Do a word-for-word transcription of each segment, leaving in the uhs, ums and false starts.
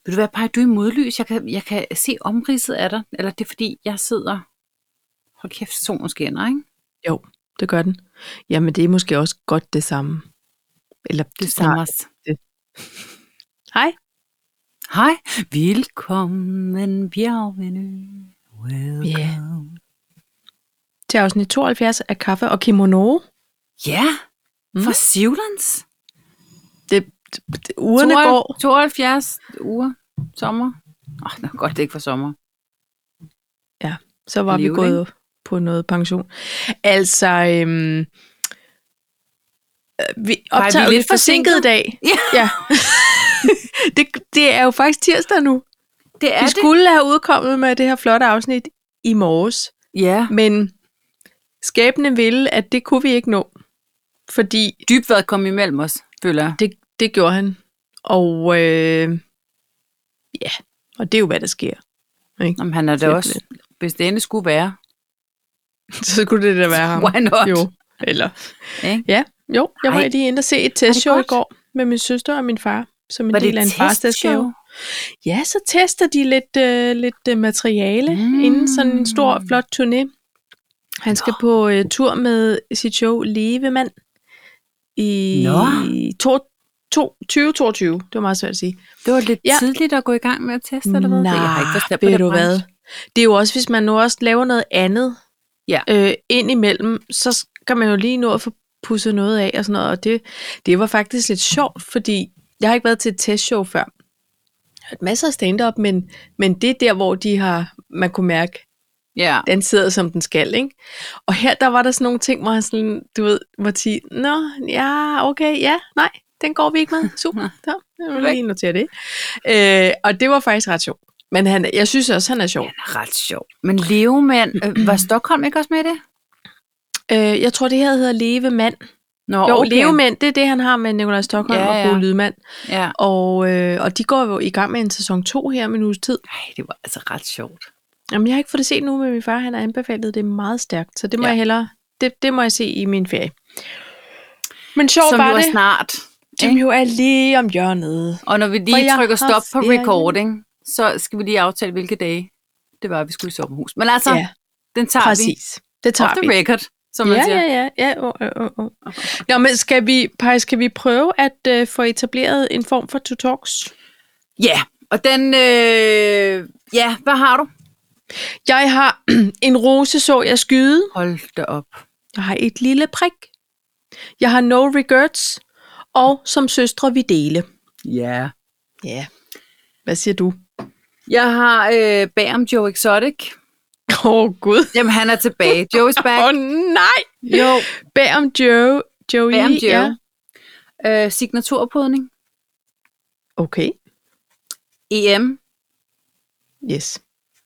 Vil du være bare, du er i modlys? Jeg kan, jeg kan se omridset af dig. Eller det er fordi, jeg sidder... Hold kæft, solen skinner, ikke? Jo, det gør den. Jamen, det er måske også godt det samme. Eller Det samme. det. Hej. Hej. Velkommen, bjergvenø. Welcome. Yeah. Til afsnit tooghalvfjerds af Kaffe og Kimono. Ja, mm. fra Sivlands. Det, det, det, ugerne to, går. tooghalvfjerds uger. Sommer. Åh, oh, det er godt, det ikke for sommer. Ja, så var Liv, vi gået ikke? på noget pension. Altså, øhm, vi optager jo lidt forsinket i dag. Ja. ja. det, det er jo faktisk tirsdag nu. Det er vi det. skulle have udkommet med det her flotte afsnit i morges. Ja. Men skæbnen ville, at det kunne vi ikke nå. Fordi Dybvad kom imellem os, føler jeg. Det, det gjorde han. Og øh, ja, og det er jo, hvad der sker. Ikke? Jamen, han er det også. Hvis det endelig skulle være. Så skulle det da være ham. Why not? Jo, eller. Eh? Ja, jo, jeg var Ej. lige inde og se et testshow i går med min søster og min far, som en var del af en farsdagsgave. Ja, så tester de lidt, øh, lidt øh, materiale mm. inden sådan en stor, flot turné. Han skal Nå. på øh, tur med sit show Levemand i to, to, tyve toogtyve. Det var meget svært at sige. Det var lidt ja. tidligt at gå i gang med at teste, eller hvad? Nej, jeg har ikke forstået ved du hvad? Det er jo også, hvis man nu også laver noget andet ja. øh, ind imellem, så skal man jo lige nå at få pudset noget af og sådan noget. Og det, det var faktisk lidt sjovt, fordi jeg har ikke været til et testshow før. Jeg har hørt masser af stand-up, men, men det er der, hvor de har, man kunne mærke, ja. den sidder som den skal, ikke? Og her, der var der sådan nogle ting, hvor han sådan, du ved, måtte sige, nå, ja, okay, ja, nej, den går vi ikke med. Super, så jeg vil lige notere det. Øh, og det var faktisk ret sjovt. Men han, jeg synes også, han er sjov. Han er ret sjov. Men Levemand, øh, var Stockholm ikke også med det? Øh, jeg tror, det her hedder Levemand. Nå, jo, okay. Levemand, det er det, han har med Nikolaj Stockholm ja, ja. og Bo Lydmand. Ja. Og, øh, og de går jo i gang med en sæson to her med en uges tid. Nej, det var altså ret sjovt. Jamen, jeg har ikke fået det set nu med min far. Han har anbefalet det meget stærkt. Så det må ja. jeg hellere, det, det må jeg se i min ferie. Men sjovt Som var jo det. er snart. Som jo er lige om hjørnet. Og når vi lige trykker stop på recording, så skal vi lige aftale, hvilke dage det var, vi skulle i sommerhus. Men altså, ja. den tager Præcis. vi. Præcis. Det tager Off vi. the record, som man ja, siger. Ja, ja, ja. Oh, oh, oh. Nå, men skal vi, Paj, skal vi prøve at uh, få etableret en form for to talks? Ja, og den, øh, ja, hvad har du? Jeg har en rose, så jeg skyde. Hold da op. Jeg har et lille prik. Jeg har no regrets. Og som søstre vi dele. Ja. Ja. Hvad siger du? Jeg har øh, bag om Joe Exotic. Åh, oh, Gud. Jamen, han er tilbage. Joe is back. Åh, oh, nej. Jo. Bag om Joe. Joey, bag om Joe. Ja. Øh, signaturpodning. Okay. E M. Yes.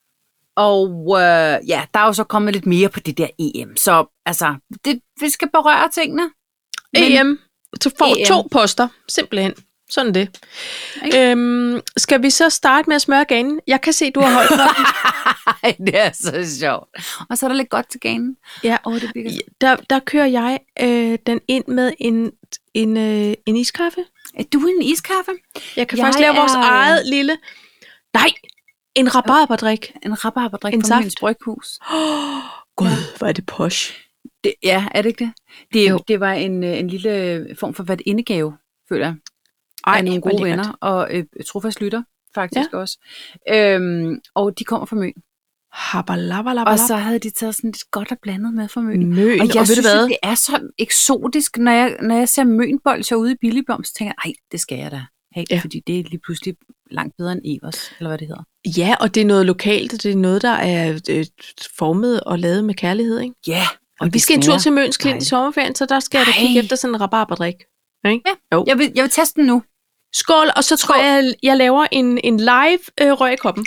Og øh, ja, der er jo så kommet lidt mere på det der E M. Så altså, det, vi skal berøre tingene. Men E M. Du får E M. to poster, simpelthen. Sådan det. Øhm, skal vi så starte med at smøre ganen? Jeg kan se, du har holdt for det er så sjovt. Og så er der lidt godt til ganen. Ja, oh, det bliver... der, der kører jeg øh, den ind med en, en, øh, en iskaffe. Er du en iskaffe? Jeg kan jeg faktisk lave er... vores eget lille... Nej, en rabarberdrik. En rabarberdrik fra Møns Bryghus. Oh, Gud, ja. Hvor er det posh. Det, ja, er det ikke det? Det, det var en, en lille form for værtindegave, føler jeg. Ej, af nogle gode venner, og øh, trofast lytter, faktisk ja. også. Øhm, og de kommer fra Møn. Og så havde de taget sådan lidt godt og blandet med fra Møn. Møn. Og jeg og synes, hvad? det er så eksotisk, når jeg, når jeg ser Mønbolsjer ude i Billigblom, så tænker jeg, ej, det skal jeg da have, ja. Fordi det er lige pludselig langt bedre end Evers, eller hvad det hedder. Ja, og det er noget lokalt, og det er noget, der er øh, formet og lavet med kærlighed, ikke? Ja. Og, og vi skal en tur til Møns Klint i sommerferien, så der skal jeg da kigge efter sådan en rabarberdrik. Ikke? Ja, jo. jeg, vil, jeg vil teste den nu. Skål, og så Skål. tror jeg, jeg laver en, en live øh, røg i koppen.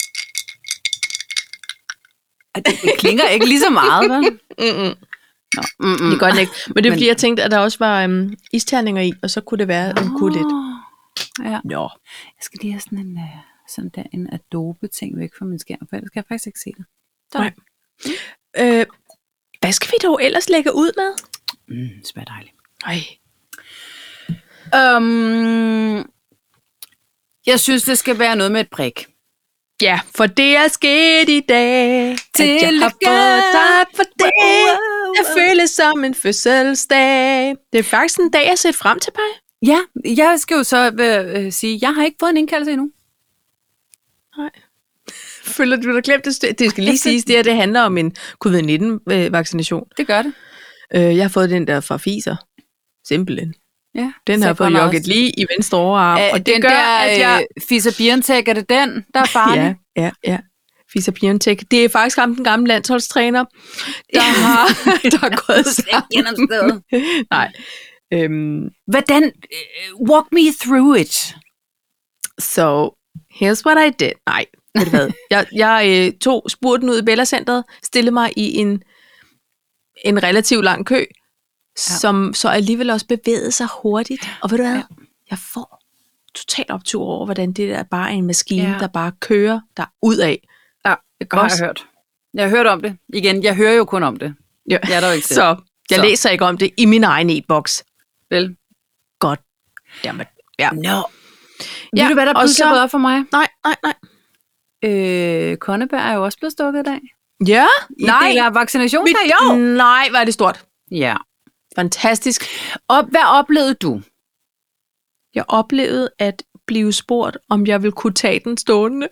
Det, det klinger ikke lige så meget, vel? Mm-mm. Nå, mm-mm. Det gør det ikke. Men det er fordi, jeg tænkte, at der også var um, isterninger i, og så kunne det være, at den kunne lidt. Ja. Nå. Jeg skal lige have sådan en, uh, sådan der, en Adobe-ting væk fra min skærm, for ellers kan jeg faktisk ikke se det. Nej. Øh, hvad skal vi dog ellers lægge ud med? Mm, det smager dejligt. Ej. Um, Jeg synes, det skal være noget med et prik. Ja, for det er sket i dag, at jeg har fået dig for det. Jeg føles som en fødselsdag. Det er faktisk en dag, jeg har set frem til, Paj. Ja, jeg skal jo så øh, sige, jeg har ikke fået en indkaldelse endnu. Nej. Føler du, du har glemt det? Det skal lige siges, det her, det handler om en covid nitten-vaccination. Det gør det. Øh, jeg har fået den der fra Pfizer. Simpelthen. Ja, den har jeg fået jogget lige i venstre overarm. Æ, og det den gør, der, at jeg... Pfizer-BioNTech, er det den, der er farlig? Ja, ja, ja. Pfizer-BioNTech. Det er faktisk ham, den gamle landsholdstræner, der har, der har gået sammen. Nej. Øhm, Hvordan? Uh, walk me through it. So, here's what I did. Nej, ved du hvad? Jeg, jeg øh, tog spurten ud i Bella Centeret, stillede mig i en, en relativt lang kø, ja. som så alligevel også bevægede sig hurtigt. Og ved du hvad? Ja. Jeg får totalt optur over, hvordan det der bare er en maskine, ja. der bare kører der ud af. Ja, det har jeg hørt. Jeg har hørt om det. Igen, jeg hører jo kun om det. Ja. Jeg er der jo ikke så jeg så. læser ikke om det i min egen e-boks. Vel? Godt. Jamen, ja. Nå. No. Ja, ved du, hvad der pludselig er op for mig? Nej, nej, nej. Øh, Konneberg er jo også blevet stukket i dag. Ja? I nej. deler vaccinationsdag, jo. Nej, var det stort. Ja. Fantastisk. Og hvad oplevede du? Jeg oplevede at blive spurgt, om jeg ville kunne tage den stående.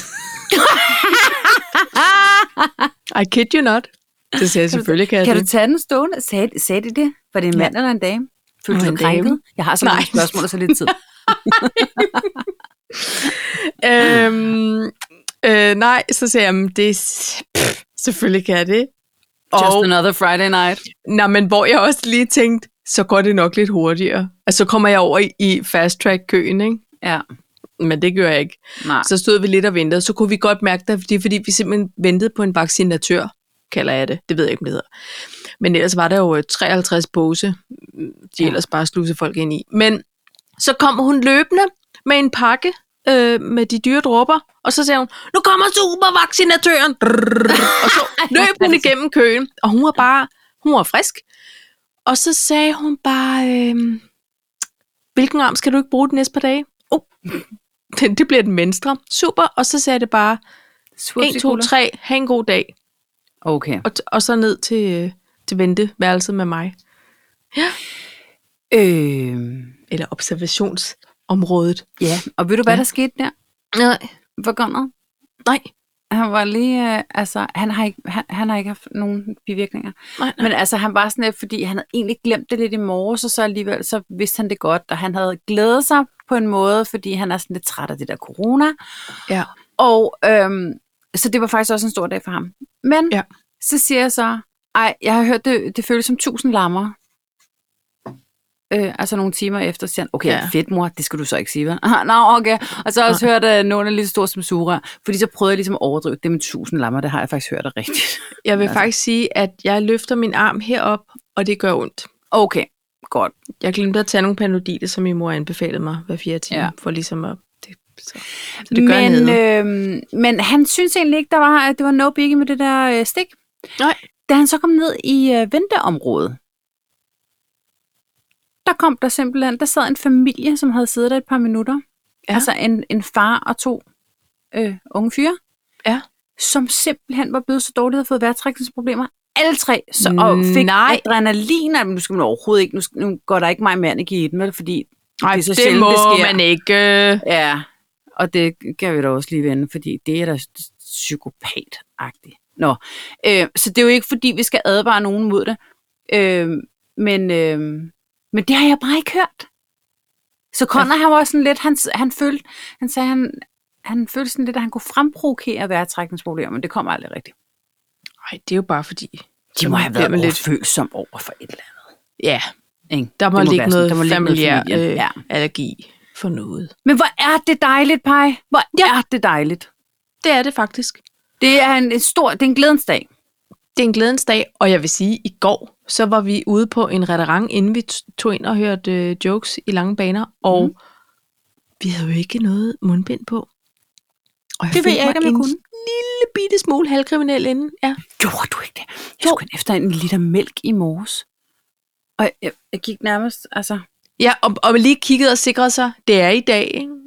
I kid you not. Det sagde jeg selvfølgelig, kan jeg Kan det. du tage den stående? Sagde, sagde de det? Var det en mand ja. eller en dame? Følte du krænket? Jeg har så mange spørgsmål og så lidt tid. øhm, øh, nej, så sagde jeg, det pff, selvfølgelig kan jeg det. Just og, another Friday night. Nej, men hvor jeg også lige tænkte, så går det nok lidt hurtigere. Altså, så kommer jeg over i, i fast track køen, ikke? Ja. Men det gør jeg ikke. Nej. Så stod vi lidt og ventede, så kunne vi godt mærke det, fordi, fordi vi simpelthen ventede på en vaccinatør, kalder jeg det. Det ved jeg ikke, om det hedder. Men ellers var der jo treoghalvtreds pose, de ja. ellers bare sluse folk ind i. Men så kom hun løbende med en pakke øh, med de dyre dråber, og så sagde hun, nu kommer supervaccinatøren! Og så løb hun igennem køen, og hun var bare, hun var frisk. Og så sagde hun bare, øh, hvilken arm skal du ikke bruge de næste par dage? Oh, det, det bliver den venstre. Super. Og så sagde det bare, en, to, tre, have en god dag. Okay. Og, og så ned til, til venteværelset med mig. Ja. Øh... Eller observationsområdet. Ja, og ved du, hvad ja. der skete der? Nej. For Gunnar? Nej. Han var lige, øh, altså, han har, ikke, han, han har ikke haft nogen bivirkninger. Nej, nej. Men altså, han var sådan lidt, fordi han havde egentlig glemt det lidt i morges, og så alligevel, så vidste han det godt, og han havde glædet sig på en måde, fordi han er sådan lidt træt af det der corona. Ja. Og øhm, så det var faktisk også en stor dag for ham. Men ja. så siger jeg så, ej, jeg har hørt, det, det føles som tusind lammer. Øh, altså nogle timer efter, så siger han, okay, ja. fedt mor, det skal du så ikke sige, hva'? Nå, okay. Og så har jeg også hørt, at nogen er lige så stor som Sura, fordi så prøvede jeg ligesom at overdrive det med tusind lammer, det har jeg faktisk hørt rigtigt. Jeg vil altså. faktisk sige, at jeg løfter min arm herop, og det gør ondt. Okay, godt. Jeg glemte at tage nogle Panodil, som min mor anbefalede mig hver fjerde time, ja. for ligesom at... Det, så, så det gør men, øh, men han synes egentlig ikke, der var, at det var no biggie med det der øh, stik. Nej. Da han så kom ned i øh, venteområdet, der kom der simpelthen, der sad en familie, som havde siddet der et par minutter. Ja. Altså en, en far og to øh, unge fyre, ja. som simpelthen var blevet så dårligt og fået vejrtrækningsproblemer. Alle tre, så, og fik Nej. adrenalin, men nu skal man overhovedet ikke, nu, skal, nu går der ikke meget mand i den, vel, fordi Ej, det er så det sjældent, må det sker. man ikke. Ja, og det kan vi da også lige vende, fordi det er da psykopat-agtigt. Nå, øh, så det er jo ikke, fordi vi skal advare nogen mod det, øh, men... Øh, Men det har jeg bare ikke hørt. Så Conor, han var sådan lidt, han, han følte, han sagde, han, han følte sådan lidt, at han kunne fremprovokere vejrtrækningsproblemer, men det kommer aldrig rigtigt. Nej, det er jo bare fordi... De må have været lidt følsom over for et eller andet. Ja, ikke? Der må, må ligge noget der må familiær noget øh, ja. allergi for noget. Men hvor er det dejligt, Paj. Hvor ja. er det dejligt. Det er det faktisk. Det er en, en stor, det er en glædens dag. Det er en glædens dag, og jeg vil sige, i går, så var vi ude på en restaurant, inden vi tog ind og hørte øh, jokes i lange baner, og mm. vi havde jo ikke noget mundbind på. Og jeg det ved jeg ikke, om jeg kunne. Lille bitte smule halvkriminel inden. Ja. Gjorde du ikke det? Jeg skulle efter en liter mælk i morges. Og jeg, jeg, jeg gik nærmest, altså... Ja, og, og lige kiggede og sikrede sig, det er i dag, ikke?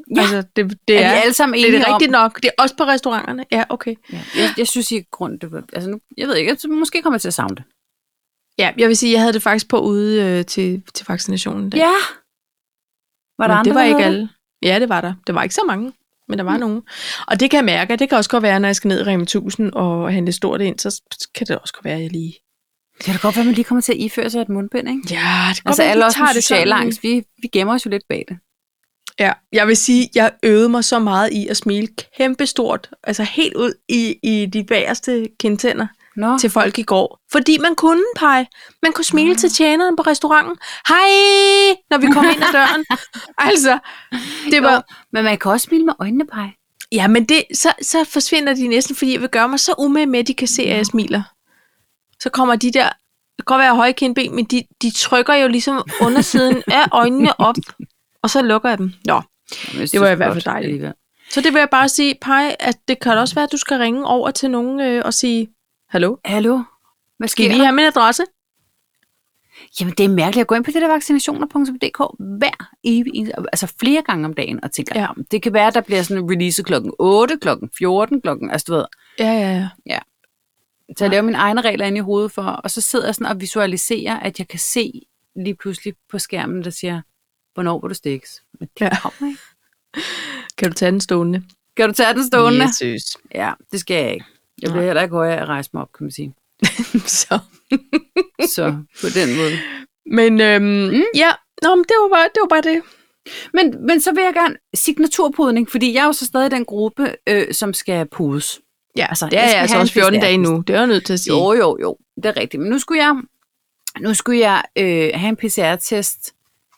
Ja. Altså, det, det er, er de alle sammen enige det er om? rigtigt nok. Det er også på restauranterne. Ja, okay. Ja. Jeg, jeg synes i grund, det var, altså nu, jeg ved ikke, jeg, måske kommer jeg til at savne det. Ja, jeg vil sige, jeg havde det faktisk på ude øh, til, til vaccinationen. Der. Ja. Var der men andre, det var ikke det? alle. Ja, det var der. Det var ikke så mange, men der var mm. nogen. Og det kan jeg mærke, det kan også godt være, når jeg skal ned i Rema tusind og hente stort ind, så kan det også godt være, at jeg lige... Det kan da godt være, at man lige kommer til at iføre sig et mundbind, ikke? Ja, det kan altså, godt være, alle os med det social angst, vi, vi gemmer os jo lidt bag det. Ja, jeg vil sige, jeg øvede mig så meget i at smile kæmpestort, altså helt ud i, i de bagerste kindtænder Nå. til folk i går. Fordi man kunne pege. Man kunne smile Nå. til tjeneren på restauranten. Hej, når vi kom ind ad døren. Altså, det var... Jo, men man kan også smile med øjnene pege. Ja, men det, så, så forsvinder de næsten, fordi jeg vil gøre mig så umage med, at de kan se, at jeg smiler. Så kommer de der, det kan godt være høje kindben, men de, de trykker jo ligesom undersiden af øjnene op, og så lukker jeg dem. Nå, Jamen, det var i hvert fald dejligt. Så det vil jeg bare sige, Paj, at det kan også være, at du skal ringe over til nogen øh, og sige, hallo? Hallo? Hvad skal I lige have min adresse? Jamen, det er mærkeligt at gå ind på det der vaccinationer punktum d k hver evig, altså flere gange om dagen, og tænker, ja. Det kan være, at der bliver sådan en release klokken otte, klokken fjorten, klokken, altså du ved. Ja, ja, ja. Ja. Så jeg laver mine egne regler inde i hovedet for, og så sidder jeg sådan og visualiserer, at jeg kan se lige pludselig på skærmen, der siger, hvornår vil du stikkes? Men det ja. kommer ikke. Kan du tage den stående? Kan du tage den stående? Jesus. Ja, det skal jeg ikke. Jeg bliver heller ikke højere at rejse mig op, kan man sige. så. så på den måde. Men øhm, mm. ja, Nå, men det, var bare, det var bare det. Men, men så vil jeg gerne signaturpodning, fordi jeg er jo så stadig i den gruppe, øh, som skal podes. Ja, altså, det er jeg altså også fjorten dage nu. Det er jeg nødt til at sige. Jo, jo, jo. Det er rigtigt. Men nu skulle jeg, nu skulle jeg øh, have en P C R-test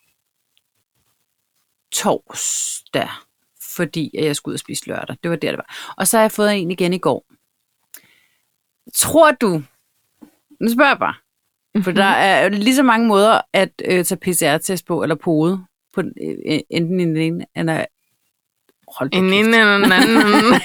torsdag, fordi jeg skulle ud og spise lørdag. Det var der, det var. Og så har jeg fået en igen i går. Tror du, nu spørger jeg bare, for mm-hmm. der er lige så mange måder at øh, tage P C R-test på, eller pode, på øh, enten en ene, eller hold da en ene eller en anden.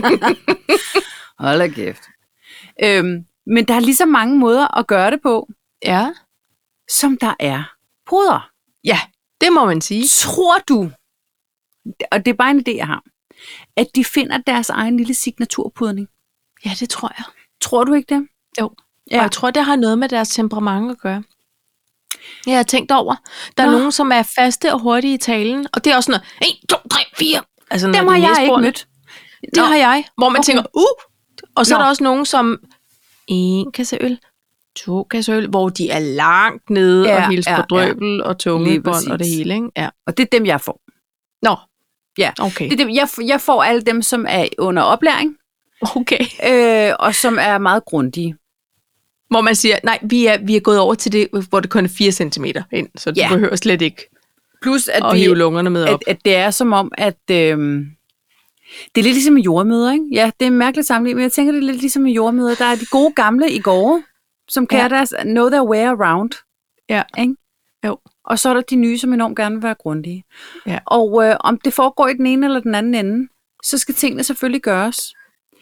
Hold da kæft. Øhm, men der er lige så mange måder at gøre det på, ja, som der er poder. Ja, det må man sige. Tror du, og det er bare en idé, jeg har, at de finder deres egen lille signaturpodning? Ja, det tror jeg. Tror du ikke det? Jo. Ja. Og jeg tror, det har noget med deres temperament at gøre. Jeg har tænkt over. Der Nå. er nogen, som er faste og hurtige i talen, og det er også noget, en, to, tre, fire. Altså, dem har jeg ikke mødt. Det Nå. har jeg. Hvor man okay. tænker, uh! Og så Nå. er der også nogen, som en kasse øl, to kasser øl, hvor de er langt nede ja, og hilser ja, på drøbel ja. og tungebånd og det hele. Ikke? Ja. Og det er dem, jeg får. Nå. Ja, okay. Det er dem, jeg, jeg får alle dem, som er under oplæring. Okay. Øh, og som er meget grundige. Hvor man siger, nej, vi er, vi er gået over til det, hvor det kun er fire centimeter ind, så du ja. behøver slet ikke Plus, at, at vi, hive lungerne med op. At, at det er som om, at øh, det er lidt ligesom med jordmøder, ikke? Ja, det er en mærkelig sammenligning, men jeg tænker, det er lidt ligesom med jordmøder. Der er de gode gamle i går, som kan ja. deres know their way around. Ja. Ikke? Jo. Og så er der de nye, som enormt gerne vil være grundige. Ja. Og øh, om det foregår i den ene eller den anden ende, så skal tingene selvfølgelig gøres.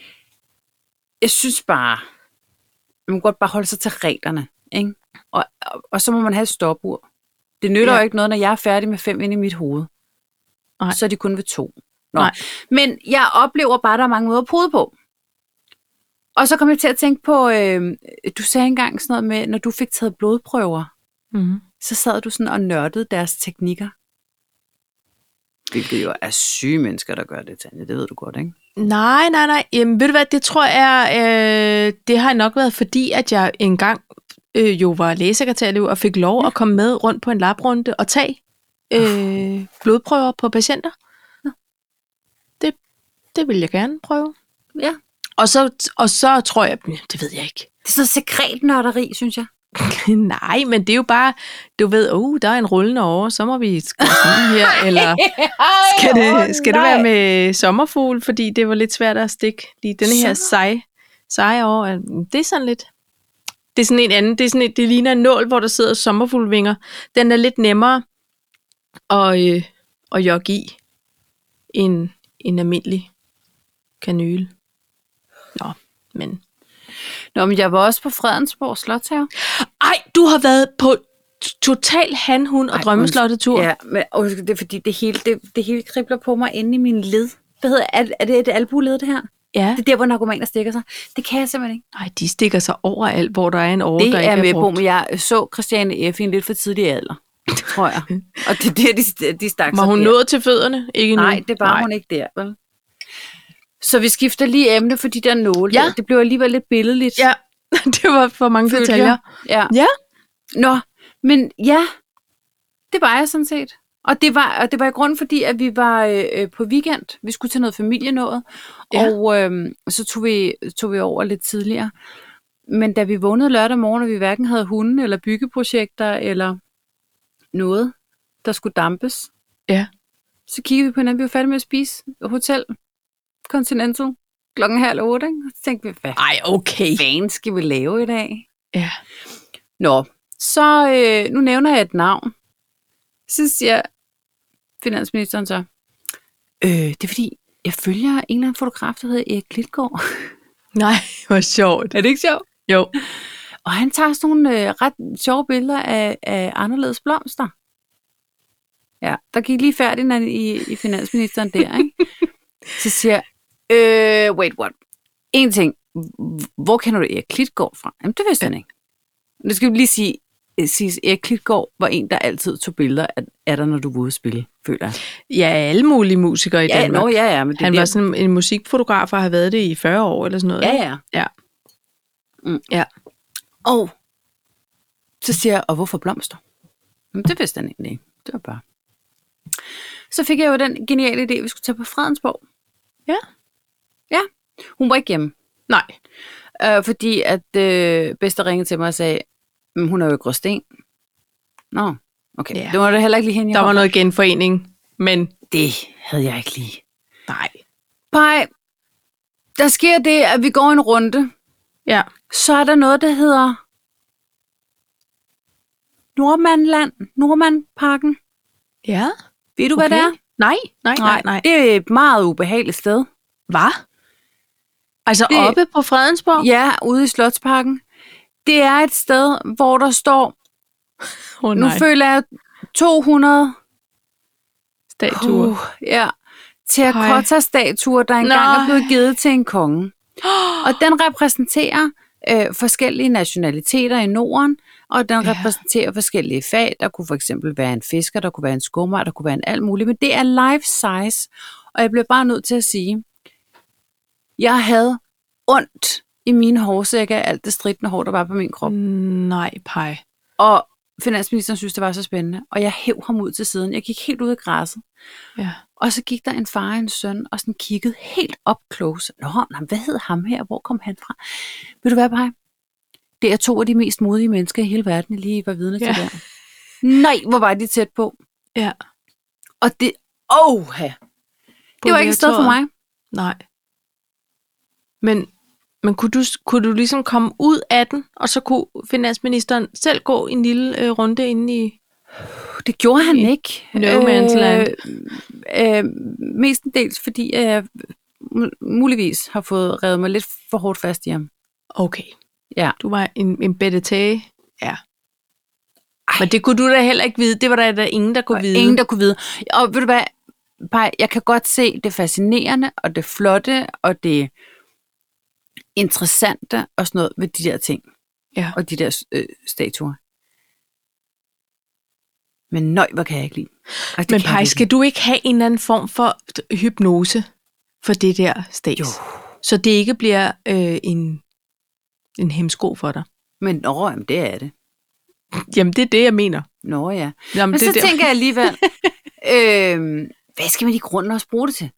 Jeg synes bare, man må godt bare holde sig til reglerne. Ikke? Og, og, og så må man have et stopur. Det nytter ja. jo ikke noget, når jeg er færdig med fem inde i mit hoved. Nej. Så er de kun ved to. Nå. Nej. Men jeg oplever bare, at der er mange måder at pode på. Og så kom jeg til at tænke på, øh, du sagde engang sådan noget med, når du fik taget blodprøver, mm-hmm. så sad du sådan og nørdede deres teknikker. Hvilket jo er syge mennesker, der gør det, Tanja. Det ved du godt, ikke? Nej, nej, nej. Jamen, ved du hvad, det tror jeg, øh, det har nok været fordi, at jeg engang øh, jo var lægesekretærelev og fik lov at komme med rundt på en labrunde og tage øh, blodprøver på patienter. Ja. Det, det vil jeg gerne prøve. Ja. Og så, og så tror jeg, det ved jeg ikke. Det er så sekret nørderi, synes jeg. Nej, men det er jo bare, du ved, uh, der er en rullende over, så må vi skal sådan her, eller skal det, skal det være med sommerfugl, fordi det var lidt svært at stikke lige denne her sej, sej over. Det er sådan lidt, det er sådan en anden, det er sådan et, det ligner en nål, hvor der sidder sommerfuglvinger. Den er lidt nemmere at, øh, at jogge i end en almindelig kanyle. Nå, men... Nå, men jeg var også på Fredensborg Slotshave. Ej, du har været på total han-hund og drømmeslottetur. Ja, men og det er fordi, det hele, det, det hele kribler på mig inde i min led. Hvad hedder, er, er det et albuled, det her? Ja. Det er der, hvor narkomaner stikker sig. Det kan jeg simpelthen ikke. Nej, de stikker sig overalt, hvor der er en år, det der ikke er er med brugt. på, men jeg så Christiane F. i en lidt for tidlig alder, tror jeg. Og det er der, de, de stak Var sig hun der. nået til fødderne? Ikke Nej, nu. det var Nej. hun ikke der, vel? Så vi skifter lige emne for de der nåle. Ja. Det blev alligevel lidt billedligt. Ja, det var for mange Følte detaljer. jeg. Ja. Ja. Nå, men ja, det var jeg sådan set. Og det var, og det var i grund fordi, at vi var øh, på weekend. Vi skulle til noget familienået. Ja. Og øh, så tog vi, tog vi over lidt tidligere. Men da vi vågnede lørdag morgen, og vi hverken havde hunde eller byggeprojekter eller noget, der skulle dampes, Ja. så kiggede vi på hinanden. Vi var færdige med at spise Hotel Continental klokken halv otte. Ikke? Og så tænkte vi, hvad Ej, okay. fanden skal vi lave i dag? Ja. Nå, så øh, nu nævner jeg et navn. Så siger finansministeren så, øh, det er fordi, jeg følger en eller anden fotograf, der hedder Erik Klitgaard. Nej, hvor sjovt. Er det ikke sjovt? Jo. Og han tager sådan nogle øh, ret sjove billeder af, af anderledes blomster. Ja, der gik lige færdigt i, i finansministeren der, ikke? Så siger jeg, øh, wait, what? En ting, hvor kender du Erik Klitgaard fra? Jamen, det vidste han ikke. Nu skal vi lige sige, at Erik Klitgaard var en, der altid tog billeder af, af dig, når du var ude at spille, føler jeg. Ja, alle mulige musikere i Ja, Danmark. nå, ja, ja. Men det Han der... var sådan en musikfotograf og har været det i fyrre år eller sådan noget. Ja, ikke? ja. Ja. Mm. Ja. Og så siger jeg, og hvorfor blomster? Jamen, det vidste han egentlig ikke. Det var bare... Så fik jeg jo den geniale idé, at vi skulle tage på Fredensborg. Ja. Ja, hun var ikke hjemme. Nej. Øh, fordi at øh, bedste ringede til mig og sagde, hun er jo i Gråsten. Nå, okay. Ja. Det var da heller ikke lige hende, jeg Der var håber. noget genforening, men Det havde jeg ikke lige. nej. Pej, der sker det, at vi går en runde. Ja. Så er der noget, der hedder Nordmandland, Nordmandparken. Ja. Ved du, Okay. hvad det er? Nej, nej, nej, nej. Det er et meget ubehageligt sted. Hvad? Altså Det- oppe på Fredensborg? Ja, ude i Slotsparken. Det er et sted, hvor der står, Oh, nu føler jeg to hundrede Statuer. uh, ja, terracotta-statuer, der engang Nej. er blevet givet til en konge. Og den repræsenterer øh, forskellige nationaliteter i Norden, og den Ja. repræsenterer forskellige fag. Der kunne for eksempel være en fisker, der kunne være en skummer, der kunne være en alt muligt, men det er life size. Og jeg bliver bare nødt til at sige, jeg havde ondt i mine hårsække af alt det stridende hår, der var på min krop. Nej, pej. Og finansministeren synes, det var så spændende, og jeg hæv ham ud til siden. Jeg gik helt ud af græsset. Ja. Og så gik der en far og en søn, og sådan kiggede helt up close. Nå, nå, hvad hed ham her? Hvor kom han fra? Ved du hvad, Paj? Det er to af de mest modige mennesker i hele verden, jeg lige var vidne Ja. til der. Nej, hvor var de tæt på. Ja. Og det, åh, det var ikke et sted for mig. Nej. Men, men kunne, du, kunne du ligesom komme ud af den, og så kunne finansministeren selv gå en lille øh, runde inde i... Det gjorde han I ikke. no man's land. Øh, øh, mestendels fordi jeg mu- muligvis har fået revet mig lidt for hårdt fast i ham. Okay. Ja. Du var en, en bedetæge. Ja. Ej. Men det kunne du da heller ikke vide. Det var der, der ingen, der kunne Og vide. ingen, der kunne vide. Og ved du hvad, Paj, jeg kan godt se det fascinerende, og det flotte, og det interessante, og sådan noget ved de der ting. Ja. Og de der øh, statuer. Men nøj, hvor kan jeg ikke lide. Og det Men kan jeg Paj, ikke skal du ikke have en eller anden form for hypnose for det der stats? Jo. Så det ikke bliver øh, en, en hemsko for dig? Men nå, jamen, det er det. Jamen, det er det, jeg mener. Nå ja. Jamen, Men det så der. tænker jeg alligevel, øh, hvad skal man i grunden også bruge det til?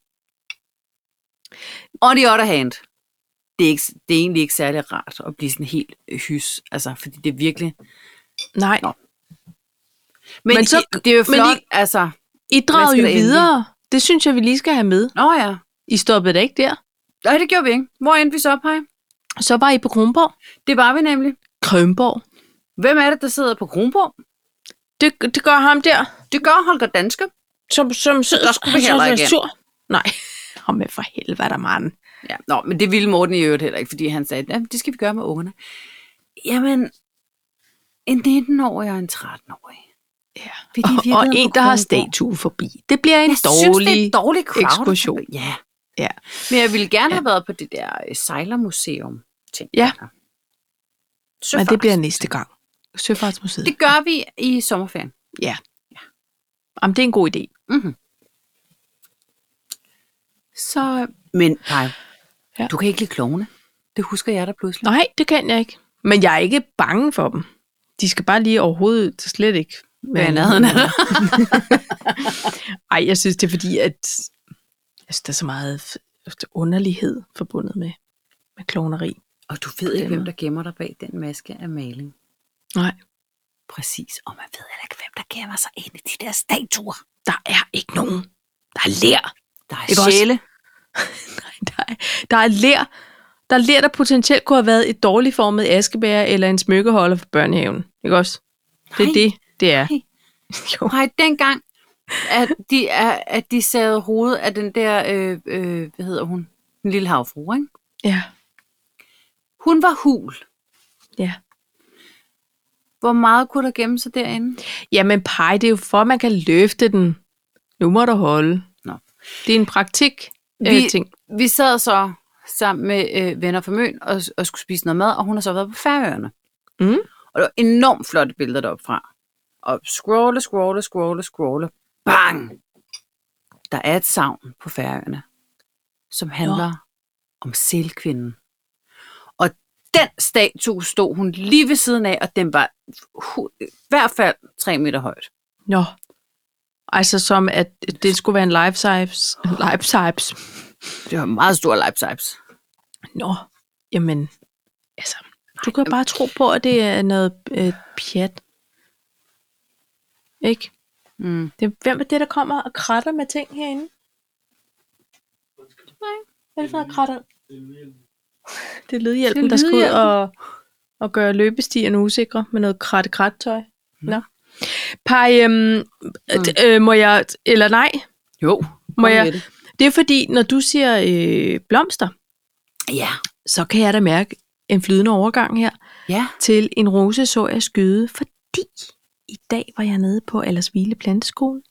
On the other hand, det er, ikke, det er egentlig ikke særlig rart at blive sådan helt hys, altså, fordi det er virkelig... Nej. Nå. Men, Men men så- så, det er jo men flot, I- altså... I dragede Hvad skal jo der endelig? videre. Det synes jeg, vi lige skal have med. Nå ja. I stoppede da ikke der. Nej, det gjorde vi ikke. Hvor endte vi så, Paj? Så var I på Kronborg. Det var vi nemlig. Krømborg. Hvem er det, der sidder på Kronborg? Det, det gør ham der. Det gør Holger Danske. Som, som sidder Der skulle vi heller ikke sur. Nej. Kom med for helvede, mand. Ja, nå, men det ville Morten i øvrigt heller ikke, fordi han sagde, ja, det skal vi gøre med ungerne. Jamen, En nitten-årig og en tretten-årig. Ja. Og, og en, der har statue forbi. Det bliver en jeg dårlig, synes, det er dårlig ekskursion. Ja. ja. Men jeg ville gerne ja. have været på det der sejlermuseum. Ja. Men det bliver næste gang. Søfartsmuseet. Det gør vi i sommerferien. Ja. ja. Jamen, det er en god idé. Mm-hmm. Så, men nej, ja. du kan ikke lide klovne. Det husker jeg da pludselig. Nej, det kan jeg ikke. Men jeg er ikke bange for dem. De skal bare lige overhovedet slet ikke være nærheden af dig. Ej, jeg synes, det er fordi, at altså, der er så meget underlighed forbundet med, med klovneri. Og du ved ikke, hvem der gemmer dig bag den maske af maling. Nej. Præcis. Og man ved heller ikke, hvem der gemmer sig ind i de der statuer. Der er ikke nogen. Der er ler. Der er sjæle. Nej, der er, der er ler. Der er ler, der potentielt kunne have været et dårligt formet askebær eller en smykkeholder for børnehaven. Ikke også? Det er nej, det, det er. Nej, nej dengang, at de, er, at de savede hovedet af den der, øh, øh, hvad hedder hun? Den lille havfrue, ikke? Ja. Hun var hul. Ja. Hvor meget kunne der gemme sig derinde? Jamen pej, det er jo for, at man kan løfte den. Nu må der holde. Nå. Det er en praktik vi, øh, ting. Vi sad så sammen med øh, venner fra Møn og, og skulle spise noget mad, og hun har så været på Færøerne. Mm. Og det var enormt flotte billeder deroppe fra. Og scrolle, scrolle, scrolle, scrolle. Bang! Der er et savn på Færøerne, som handler jo. om sælkvinden. Og den statue stod hun lige ved siden af, og den var i hvert fald tre meter højt. Nå. Altså som at det skulle være en life-size. Life-size. Det var en meget stor life-size. Nå. Jamen, altså. Du kan bare tro på, at det er noget øh, pjat. Ikke? Mm. Det, hvem er det, der kommer og kratter med ting herinde? Nej. Hvad er det for noget kratter? Det er lydhjælpen, der skal ud og, og gøre løbestierne usikre med noget kratte-krat-tøj. Mm. Nå. Pej, øhm, mm. øh, må jeg, eller nej? Jo, må jeg, det. det er fordi, når du siger øh, blomster, ja. så kan jeg da mærke en flydende overgang her ja. til en rose så jeg skyde, fordi i dag var jeg nede på Aldersvile Planteskole.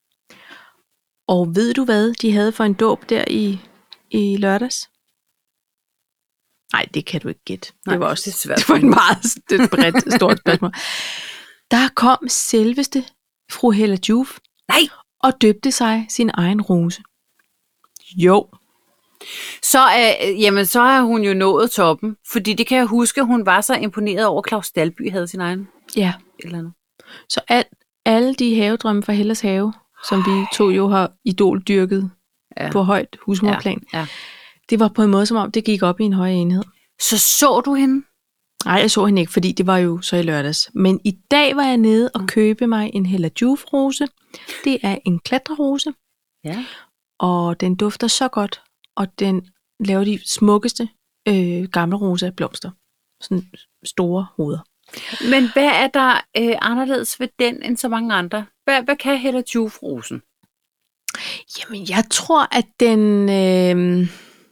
Og ved du hvad, de havde for en dåb der i, i lørdags? Nej, det kan du ikke gætte. Nej, det var også det, svært. Det var en meget det bredt, stort spørgsmål. Der kom selveste fru Hella Juf Nej. og døbte sig sin egen rose. Jo. Så, øh, jamen, så har hun jo nået toppen, fordi det kan jeg huske, hun var så imponeret over, Claus Dalby havde sin egen. Ja. Et eller andet. Så al, alle de havedrømme fra Hellas have, som vi to jo har idoldyrket ja. på højt husmorplan, ja. Ja. det var på en måde, som om det gik op i en højere enhed. Så så du hende? Nej, jeg så hende ikke, fordi det var jo så i lørdags. Men i dag var jeg nede og købe mig en Hella Juf-rose. Det er en klatrerose. Ja. Og den dufter så godt, og den laver de smukkeste øh, gamle rosa blomster. Sådan store hoveder. Men hvad er der øh, anderledes ved den end så mange andre? Hvad, hvad kan Hella Juf-rosen? Jamen, jeg tror, at den... Øh,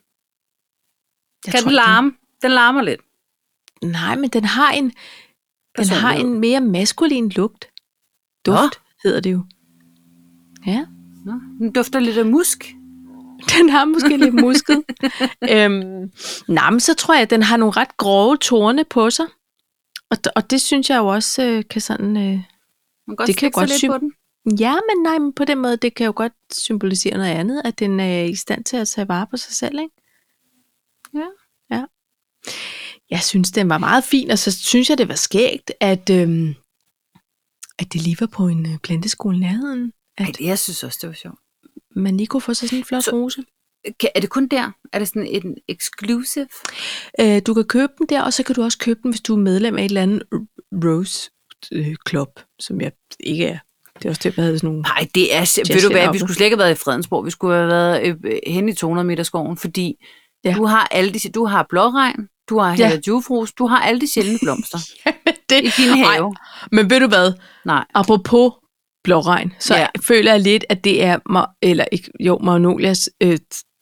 jeg kan tror, den larme? Den, den larmer lidt. Nej, men den har en, den har en mere maskulin lugt. Duft Nå. hedder det jo. Ja. Nå. Den dufter lidt af musk. Den har måske lidt musket. øhm, nej, men så tror jeg, at den har nogle ret grove torne på sig. Og, og det synes jeg jo også øh, kan sådan... Øh, Man kan det kan godt lidt sym- på den. Ja, men nej, men på den måde, det kan jo godt symbolisere noget andet, at den er i stand til at tage vare på sig selv, ikke? Ja. Ja. Jeg synes, den var meget fin, og så synes jeg, det var skægt, at, øhm, at det lige var på en øh, planteskole i nærheden. Ej, jeg synes også, det var sjovt. Man lige kunne få sig sådan en flot så, rose. Er det kun der? Er det sådan en exclusive? Øh, du kan købe den der, og så kan du også købe den, hvis du er medlem af et eller andet Rose øh, Club, som jeg ikke er. Det er også det, der havde sådan nogle... Nej, det er... Ved du hvad, vi skulle slet ikke have været i Fredensborg. Vi skulle have været øh, hen i to hundrede meter skoven, fordi ja. du har alle de... Du har blåregn, du har Hella Juf-rose, du har alle de sjældne blomster det, i din have. Ej, men ved du hvad? Nej. Apropos blåregn, så ja. føler jeg lidt, at det er... Ma- eller ikke, jo, Magnolias øh,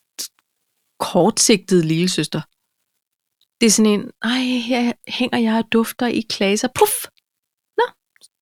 kortsigtede lillesøster. Det er sådan en... Ej, her hænger jeg og dufter i klaser. Puff!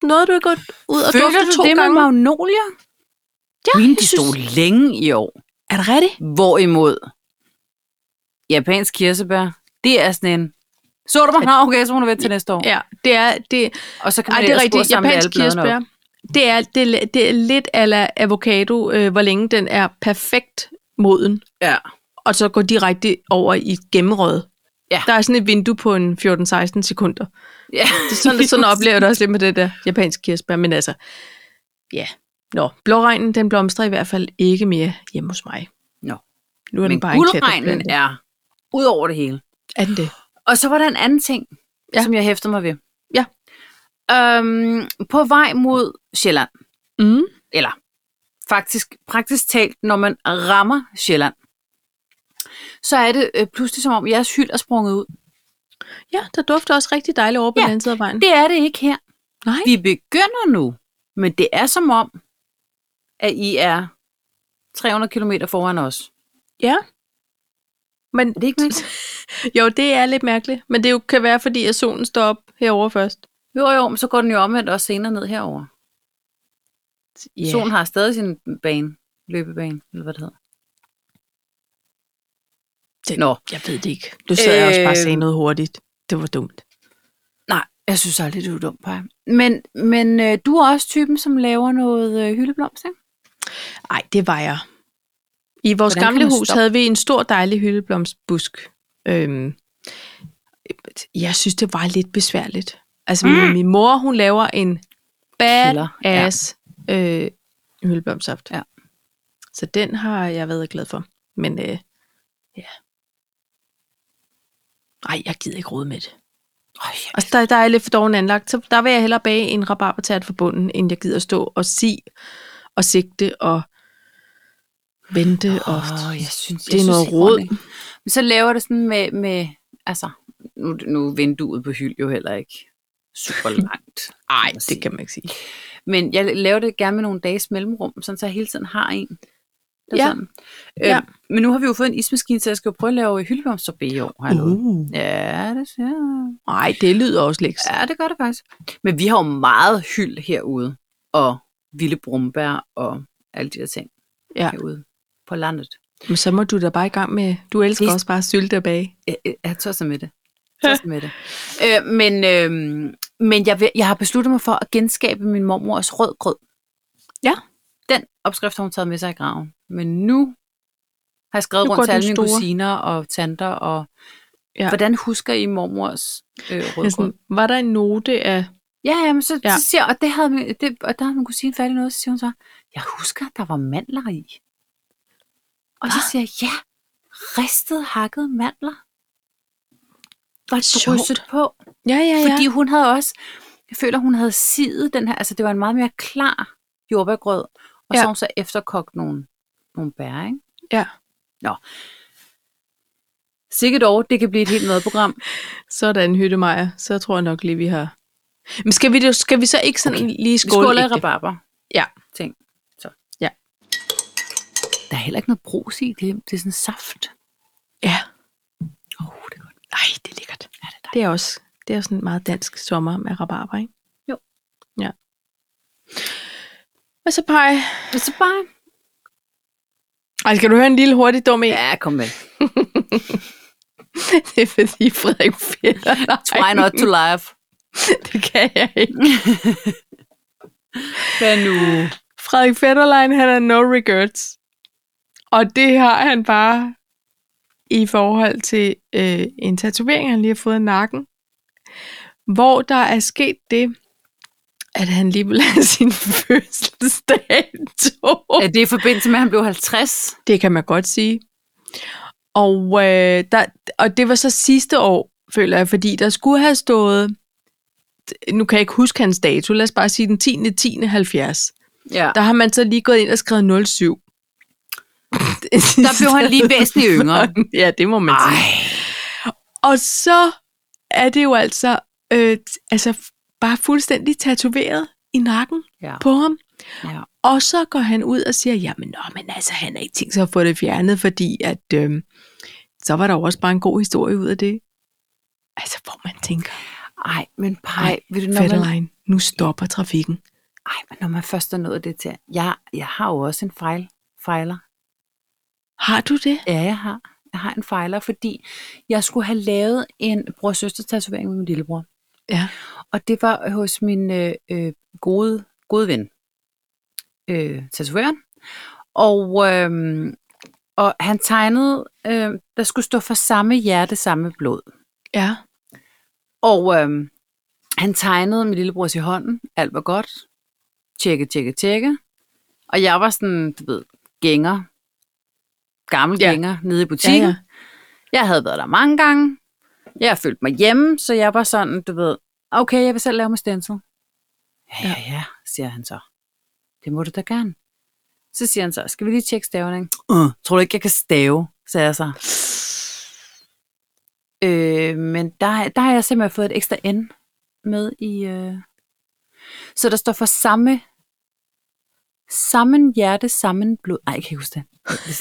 noget, du er gået ud og Føler duftet du to det gange? med magnolier? Ja, Mine, jeg de synes... stod længe i år. Er det rigtigt? Hvorimod japansk kirsebær, det er sådan en... Så du mig? Nå, okay, så må du vente til næste år. Ja, det er... Det... Og så kan man Ej, det er ellers gå rigtigt. sammen med Japansk alle bladene kirsebær. op. Det er, det, er, det er lidt ala avocado, øh, hvor længe den er perfekt moden. Ja. Og så går direkte over i gennemrød. Ja. Der er sådan et vindue på en fjorten seksten sekunder. Ja. Det er sådan, sådan oplever jeg det også lidt med det der japanske kirsebær. Men altså, ja. Nå, blåregnen, den blomstrer i hvert fald ikke mere hjemme hos mig. Nå. Nu er Men den bare guldregnen er ud over det hele. Er den det? Og så var der en anden ting, Ja. som jeg hæfter mig ved. Ja. Øhm, på vej mod Sjælland, Mm. eller faktisk praktisk talt, når man rammer Sjælland, så er det øh, pludselig som om jeres hyld er sprunget ud. Ja, der dufter også rigtig dejligt over på Ja, den anden side af vejen. Det er det ikke her. Nej. Vi begynder nu, men det er som om, at I er tre hundrede kilometer foran os. Ja. Men Er det ikke mærkeligt? jo, det er lidt mærkeligt. Men det jo kan være, fordi at solen står op herover først. Jo, jo, men så går den jo omvendt også senere ned herover. Yeah. Solen har stadig sin bane, løbebane, eller hvad det hedder. Det, Nå. Jeg ved det ikke. Du sad øh... også bare og sagde Øh. noget hurtigt. Det var dumt. Nej, jeg synes aldrig, det er dumt, Paj. Men, men øh, du er også typen, som laver noget øh, hyldeblomst, ikke? Nej, det var jeg. I vores Hvordan kan gamle man hus stoppe? havde vi en stor, dejlig hyldeblomstbusk. Øhm, jeg synes, det var lidt besværligt. Altså, mm. min, min mor, hun laver en badass ja. øh, hyldeblomstsaft. Ja. Så den har jeg været glad for. Men øh, ja. Ej, jeg gider ikke råde med det. Øj, Altså, der, der er lidt for doven anlagt. Så der vil jeg hellere bage en rabarbertært for bunden, end jeg gider stå og si og sigte og vente. Og oh, jeg synes, det er jeg noget synes, rod. Men så laver det sådan med, med altså, nu, nu er vinduet på hyld jo heller ikke super langt. Nej, det kan man ikke sige. Men jeg laver det gerne med nogle dages mellemrum, sådan så jeg hele tiden har en. Der Ja. Sådan. Ja. Øh, men nu har vi jo fået en ismaskine, så jeg skal jo prøve at lave hyldeblomstsorbet i år. Har jeg lovet. Uh. Ja, det siger jeg. Nej, det lyder også lækkert. Ja, det gør det faktisk. Men vi har jo meget hyld herude, og vilde brumbær og alle de der ting Ja. herude på landet. Men så må du da bare i gang med, du elsker Det- også bare sylte og bage. Jeg, jeg, jeg tør så med det. Jeg tør så med det. Øh, men øh, men jeg, vil, jeg har besluttet mig for at genskabe min mormors rødgrød. Ja. Den opskrift har hun taget med sig i graven. Men nu har jeg skrevet Nu rundt går til alle den mine store. kusiner og tanter. Og Ja. hvordan husker I mormors øh, Ja, rødgrød? sådan, var der en note af... Ja, ja, men så, Ja. ja. så siger og det havde min, det, og der havde min kusine færdig noget, så siger hun så, jeg husker, der var mandler i. Og så Hva? siger jeg, ja, ristet hakket mandler. Var Sjovt. drysset på. Ja, ja, ja. Fordi hun havde også, jeg føler, hun havde sidet den her, altså det var en meget mere klar jordbærgrød, og Ja. så har hun så efterkogt nogle, nogle bær, ikke? Ja. Nå. Sikkert over, det kan blive et helt madprogram. Sådan, Hyttemajer. Så tror jeg nok lige, vi har... Men skal vi, det, skal vi så ikke sådan okay. lige Vi skåle? skåler i ægte? rabarber. Ja. Ting. Så. Ja. Der er heller ikke noget brus i, det, det er sådan saft. Ja. Åh, oh, det er godt. Ej, det er lækkert. Ja, det er Det er også, det er sådan en meget dansk sommer med rabarber, ikke? Jo. Ja. Hvad så, Paj? Og så bare... Ej, skal du høre en lille hurtig dum en? Ja, kom med. Det er fordi Frederik Fætter. Try not to laugh. Det kan jeg ikke. Hvad nu? Frederik Fetterlein, han er no regrets. Og det har han bare i forhold til øh, en tatovering, han lige har fået i nakken. Hvor der er sket det, at han lige vil have sin fødselsdato. Er det i forbindelse med, at han blev halvtreds? Det kan man godt sige. Og, øh, der, og det var så sidste år, føler jeg, fordi der skulle have stået, nu kan jeg ikke huske hans dato, lad os bare sige den tiende ti halvfjerds. Ja. Der har man så lige gået ind og skrevet nul syv. Der blev han lige væsentligt yngre. Ja, det må man sige. Ej. Og så er det jo altså, øh, altså bare fuldstændig tatoveret i nakken Ja. på ham. Ja. Og så går han ud og siger, jamen, nå, men altså, han har ikke tænkt sig at få det fjernet, fordi at, øh, så var der jo også bare en god historie ud af det. Altså, hvor man tænker. Ej, men Paj, ved du, når man... nu stopper trafikken. Ej, men når man først er nået det til... Jeg, jeg har jo også en fejl, fejler. Har du det? Ja, jeg har. Jeg har en fejler, fordi jeg skulle have lavet en bror-søster-tatovering med min lillebror. Ja. Og det var hos min øh, øh, gode, gode ven, øh, tatovøren. Og, øh, og han tegnede, øh, der skulle stå for samme hjerte, samme blod. Ja. Og øh, han tegnede min lillebror i hånden. Alt var godt. Tjekke, tjekke, tjekke. Og jeg var sådan, du ved, gænger. Gammel ja. gænger nede i butikken. Ja, ja. Jeg havde været der mange gange. Jeg har følt mig hjemme, så jeg var sådan, du ved, okay, jeg vil selv lave mig stencil. Ja, ja, ja, siger han så. Det må du da gerne. Så siger han så, skal vi lige tjekke stavningen? Uh, tror du ikke, jeg kan stave? Sagde jeg så. Øh, men der, der har jeg simpelthen fået et ekstra N med i... Øh... Så der står for samme... Sammen hjerte, sammen blod. Ej, jeg kan ikke huske det.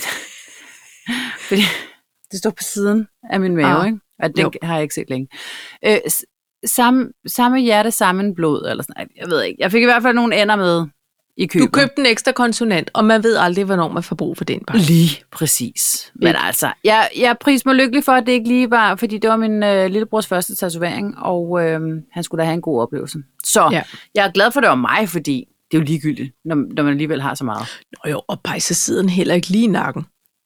Fordi det står på siden af min mave, ah, ikke? Og det har jeg ikke set længe. Øh, samme, samme hjerte, samme blod, eller sådan. Jeg ved ikke. Jeg fik i hvert fald nogle ender med i købet. Du købte en ekstra konsonant, og man ved aldrig, hvornår man får brug for den. Bare. Lige præcis. Men ja. altså, jeg, jeg priser mig lykkelig for, at det ikke lige var, fordi det var min øh, lillebrors første tatovering, og øh, han skulle da have en god oplevelse. Så ja. jeg er glad for, at det var mig, fordi det er jo ligegyldigt, når, når man alligevel har så meget. Nå jo, og pejser siden heller ikke lige i nakken.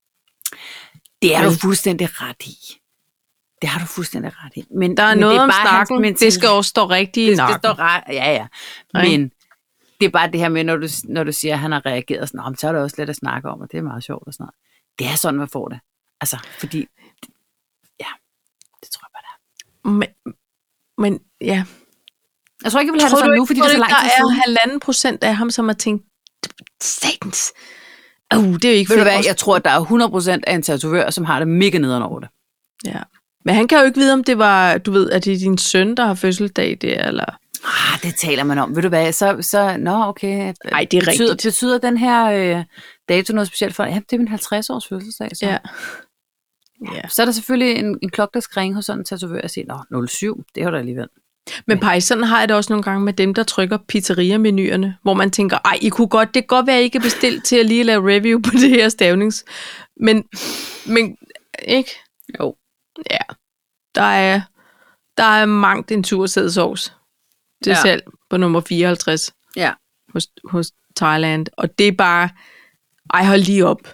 Det er du fuldstændig ret i. Det har du fuldstændig ret i. Men, der er men noget det er om bare snakken, hans, det skal også stå rigtigt i det nakken. Det skal stå ret, ja, ja. Men det er bare det her med, når du, når du siger, at han har reageret sådan, så er der også lidt at snakke om, og det er meget sjovt og sådan noget. Det er sådan, man får det. Altså, fordi, ja, det tror jeg bare, det er. Men, men ja. Jeg tror ikke, jeg vil have tror det sådan ikke, nu, fordi det er så lang tid siden. Der er halvanden procent af ham, som har tænkt, satans. Uh, det er jo ikke Ved du hvad, jeg tror, at der er hundrede procent af en tatovør, som har det mega nederen over det. Ja. Men han kan jo ikke vide, om det var, du ved, at det er din søn, der har fødselsdag der, eller... Ah, det taler man om. Ved du hvad, så... så nå, okay. Nej, det er betyder, rigtigt. Betyder den her øh, dato noget specielt for... Ja, det er min halvtreds års fødselsdag, så... Ja. ja. Så er der selvfølgelig en, en klokke, der skal ringe hos sådan en tatovør og sige, nå, nul syv, det er jo da alligevel. Men Paj, sådan har jeg det også nogle gange med dem, der trykker pizzeria-menuerne, hvor man tænker, ej, I kunne godt, det kan godt være, at I ikke er bestilt til at lige lave review på det her stavnings. Men, men, ikke? Jo. Ja. Der er, der er mangt en tursædsovs til ja. salg på nummer fireoghalvtreds ja. hos, hos Thailand. Og det er bare, ej, hold lige op.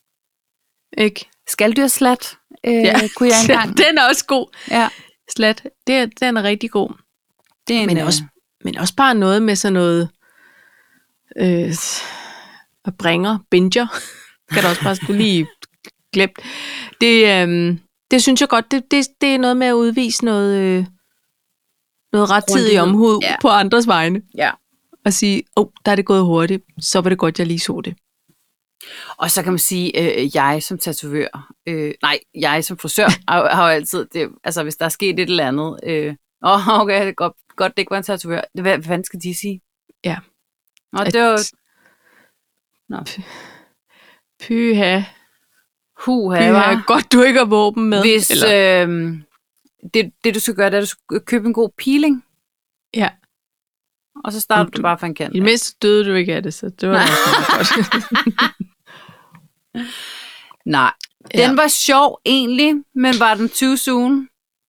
Ikke? Skaldyrslat, øh, ja. kunne jeg engang. Den er også god. Ja. Slat, det er, den er rigtig god. Det er en, men, også, men også bare noget med sådan noget øh, at bringer, binger. Kan du også bare skulle lige glemt. Det, øh, det synes jeg godt, det, det, det er noget med at udvise noget, øh, noget rettidig omhu ja. på andres vegne. Ja. Og sige, åh, oh, der er det gået hurtigt, så var det godt, jeg lige så det. Og så kan man sige, øh, jeg som tatovør, øh, nej, jeg som frisør, har, har jo altid, det, altså hvis der er sket et eller andet, øh, åh, okay, det er godt, godt, det ikke var en tatovør. Hvad, hvad fanden skal de sige? Ja. Nå, det var... Nå. Pyha. Huha, Pyha. Godt, du ikke har våben med. Hvis, øh, det, det du skal gøre, det er, at du skal købe en god peeling. Ja. Og så starter du, du bare fra en kant. I det mindste døde du ikke af det, så det var også godt. Nej, den ja. var sjov egentlig, men var den too soon?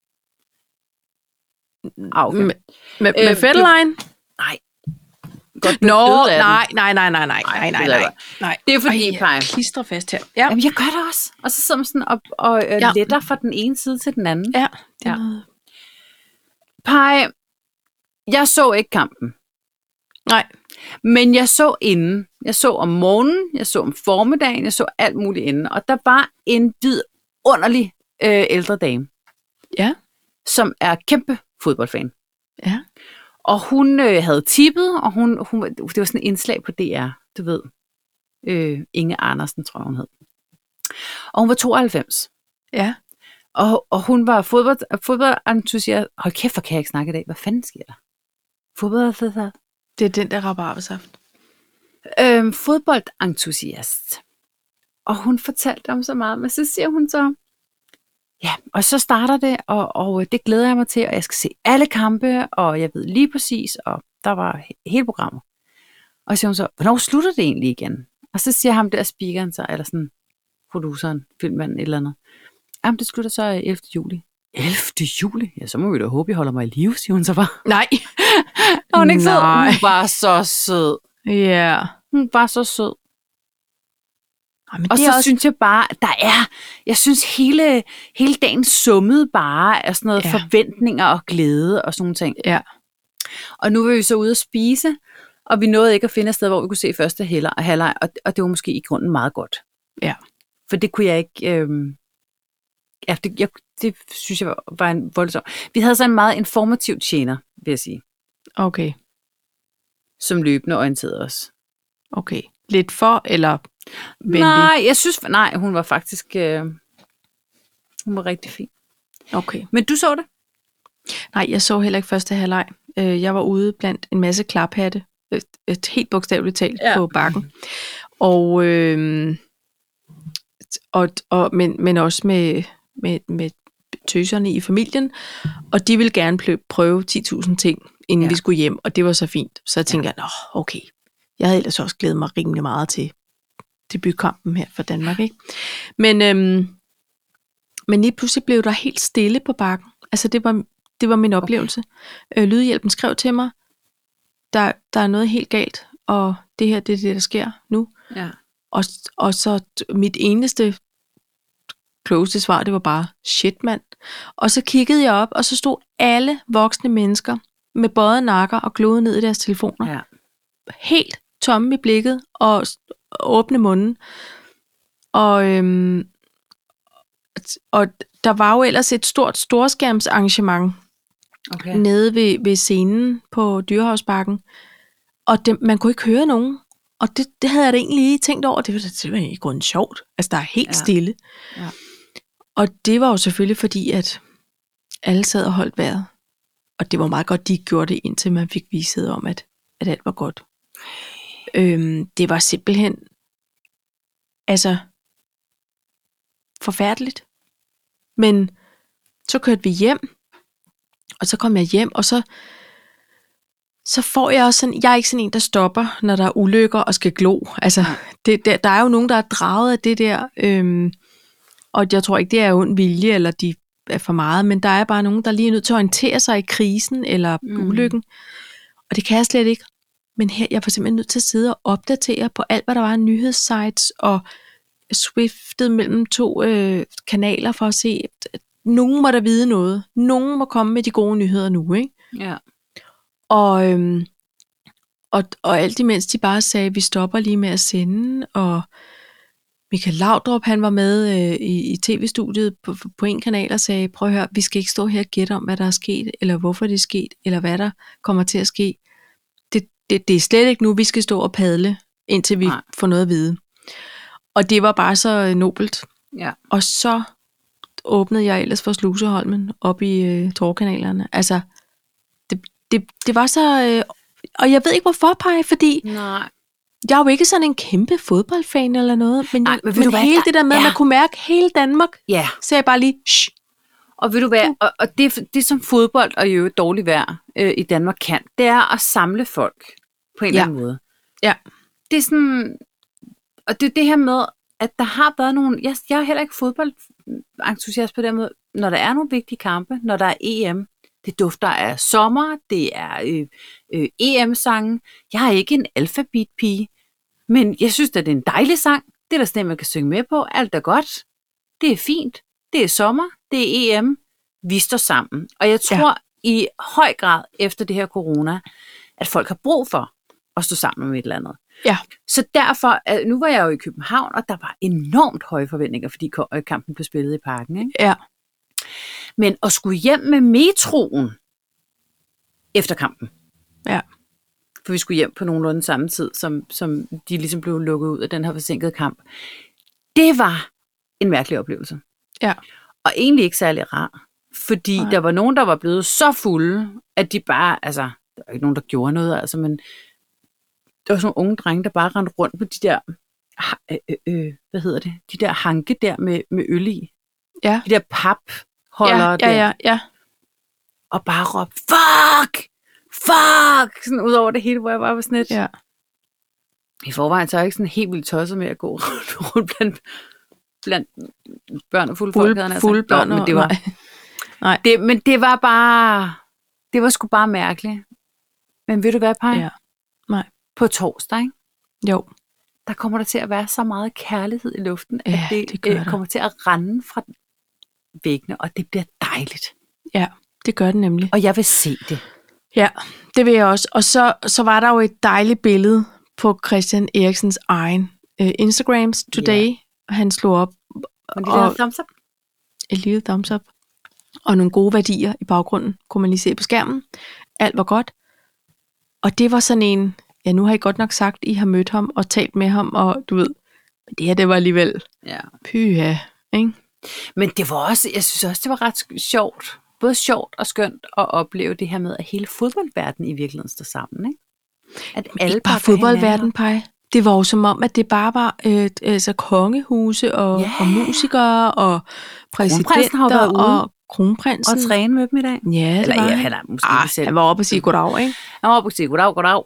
Ah, okay. Med, med, med øh, Federline? Nej. Godt Nå, nej, nej, nej, nej, nej, nej, nej, nej, nej. Det er fordi, Paj. Jeg klistrer fast her. Ja. Jamen, jeg gør det også. Og så sidder man sådan op og øh, ja. letter fra den ene side til den anden. Ja. Det ja. Paj, jeg så ikke kampen. Nej. Men jeg så inden. Jeg så om morgenen, jeg så om formiddagen, jeg så alt muligt inden. Og der var en vidunderlig øh, ældre dame. Ja. Som er kæmpe fodboldfan. Ja. Og hun øh, havde tippet, og hun, hun, det var sådan et indslag på D R, du ved. Øh, Inge Andersen, tror jeg, hun hed. Og hun var tooghalvfems. Ja. Og, og hun var fodbold, fodboldentusiast. Hold kæft, for kan jeg ikke snakke i dag. Hvad fanden sker der? Fodboldentusiast. Det er den der rabarbersaft. Øhm, fodboldentusiast. Og hun fortalte om så meget, men så siger hun så, Ja, og så starter det, og, og det glæder jeg mig til, og jeg skal se alle kampe, og jeg ved lige præcis, og der var he- hele programmet. Og så siger hun så, hvornår slutter det egentlig igen? Og så siger ham der speakeren så, eller sådan produceren, filmmanden, et eller andet. Jamen, det slutter så ellevte juli. ellevte juli? Ja, så må vi da håbe, jeg holder mig i live, siger hun så bare. Nej. Og hun er ikke sød. Nej. Hun var så sød. Ja. Yeah. Hun var så sød. Jamen, Og det så er også... synes jeg bare, der er, jeg synes hele, hele dagen summede bare af sådan noget Ja. forventninger og glæde og sådan nogle ting. Ja. Og nu vil vi så ude at spise, og vi nåede ikke at finde et sted, hvor vi kunne se første halvleg, og, og det var måske i grunden meget godt. Ja. For det kunne jeg ikke, øh, ja, det, jeg, det synes jeg var, var en voldsom. Vi havde så en meget informativ tjener, vil jeg sige, Okay. som løbende orienterede os. Okay. Lidt for, eller venlig? Nej, jeg synes, nej, hun var faktisk, øh, hun var rigtig fin. Okay. Men du så det? Nej, jeg så heller ikke første halvleg. Øh, Jeg var ude blandt en masse klaphatte, et, et helt bogstaveligt talt Ja. ja. på bakken. Og, øh, og, og men, men også med, med, med tøserne i familien, og de ville gerne plø- prøve ti tusind ting, inden Ja. ja. vi skulle hjem, og det var så fint. Så jeg tænkte, ja. jeg, nå, okay. Jeg havde ellers også glædet mig rimelig meget til debutkampen her for Danmark, ikke? Men, øhm, men lige pludselig blev der helt stille på bakken. Altså, det var, det var min oplevelse. Okay. Øh, Lydhjælpen skrev til mig, der, der er noget helt galt, og det her, det er det, der sker nu. Ja. Og, og så mit eneste klogeste svar, det var bare, shit mand. Og så kiggede jeg op, og så stod alle voksne mennesker med bøjede nakker og glodede ned i deres telefoner. Ja. Helt tomme i blikket og s- åbne munden. Og, øhm, og der var jo ellers et stort storskærmsarrangement Okay. nede ved, ved scenen på Dyrehavsbakken. Og det, man kunne ikke høre nogen. Og det, det havde jeg da egentlig lige tænkt over. Det var, det var i grunden sjovt. Altså, der er helt Ja. ja. stille. Ja. Og det var jo selvfølgelig fordi, at alle sad og holdt vejret. Og det var meget godt, de gjorde det, indtil man fik viset om, at, at alt var godt. Øhm, det var simpelthen altså forfærdeligt. Men så kørte vi hjem, og så kom jeg hjem, og så så får jeg også sådan, jeg er ikke sådan en, der stopper, når der er ulykker og skal glo. Altså, det, der, der er jo nogen, der er draget af det der, øhm, og jeg tror ikke, det er ond vilje, eller de er for meget, men der er bare nogen, der lige er nødt til at orientere sig i krisen, eller Mm. ulykken. Og det kan jeg slet ikke. Men her, jeg var simpelthen nødt til at sidde og opdatere på alt, hvad der var af nyhedssites, og swiftet mellem to øh, kanaler for at se, at nogen må der vide noget. Nogen må komme med de gode nyheder nu, ikke? Ja. Og, øhm, og, og alt imens de bare sagde, at vi stopper lige med at sende, og Michael Laudrup, han var med øh, i, i tv-studiet på, på en kanal og sagde, prøv at høre, vi skal ikke stå her og gætte om, hvad der er sket, eller hvorfor det er sket, eller hvad der kommer til at ske. Det, det, det er slet ikke nu, vi skal stå og padle, indtil vi Nej. får noget at vide. Og det var bare så øh, nobelt. Ja. Og så åbnede jeg ellers for Sluseholmen op i øh, Torkanalerne. Altså, det, det, det var så... Øh, og jeg ved ikke hvorfor, Paj, fordi Nej. jeg er jo ikke sådan en kæmpe fodboldfan eller noget, men, Nej, jeg, men ved men du hvad, hele der det der med, at er- man kunne mærke hele Danmark, Ja. så jeg bare lige... Shh, Og ved du hvad, og, og det, det som fodbold og i øvrigt dårligt vejr øh, i Danmark kan, det er at samle folk på en Ja. eller anden måde. Ja. Det er sådan, og det er det her med, at der har været nogle, jeg, jeg er heller ikke fodboldentusiast på den måde, når der er nogle vigtige kampe, når der er E M, det dufter af sommer, det er øh, øh, E M-sange. Jeg er ikke en alfabet-pige, men jeg synes, at det er en dejlig sang. Det er der sådan, man kan synge med på. Alt er godt. Det er fint. Det er sommer. Det er E M. Vi står sammen. Og jeg tror ja. i høj grad efter det her corona, at folk har brug for at stå sammen med et eller andet. Ja. Så derfor, øh, nu var jeg jo i København, og der var enormt høje forventninger, fordi ko- øh, kampen blev spillet i parken. Ikke? ja, Men at skulle hjem med metroen efter kampen, ja, for vi skulle hjem på nogenlunde samme tid, som, som de ligesom blev lukket ud af den her forsinkede kamp, det var en mærkelig oplevelse. ja, Og egentlig ikke særlig rar, fordi Nej. der var nogen, der var blevet så fulde, at de bare, altså, der var ikke nogen, der gjorde noget, altså, men der var sådan nogle unge drenge, der bare rendte rundt på de der, øh, øh, hvad hedder det, de der hanke der med, med øl i. Ja. De der papholdere ja, ja, ja, ja. og bare råbe, fuck! Fuck! Sådan ud over det hele, hvor jeg bare var sådan lidt. Ja. I forvejen så er jeg ikke sådan helt vildt tosset med at gå rundt blandt, blandt børn og fulde folk. Fuld, fulde børn og... Men det var, nej. nej. Det, men det var bare... Det var sgu bare mærkeligt. Men ved du hvad, Paj? Ja. Nej. På torsdag, ikke? Jo. Der kommer der til at være så meget kærlighed i luften, ja, at det, det øh, kommer til at rende fra væggene, og det bliver dejligt. Ja, det gør det nemlig. Og jeg vil se det. Ja, det vil jeg også. Og så, så var der jo et dejligt billede på Christian Eriksens egen uh, Instagrams today. Yeah. Han slog op. Og det der thumbs up. Et lille thumbs up. Og nogle gode værdier i baggrunden, kunne man lige se på skærmen. Alt var godt. Og det var sådan en, ja, nu har I godt nok sagt, I har mødt ham og talt med ham, og du ved, men det her, det var alligevel ja. pyha, ikke? Men det var også, jeg synes også, det var ret sjovt. Både sjovt og skønt at opleve det her med, at hele fodboldverdenen i virkeligheden står sammen, ikke? At alle ikke bare fodboldverden, Paj. Det var jo som om, at det bare var øh, altså kongehuse og, yeah. og musikere og præsidenter og kronprinsen. Og træne med dem i dag. Ja, det Eller, var ja, han. han. Er måske ah, selv. Han var oppe og sige goddag, ikke? Han var oppe og sige goddag, goddag.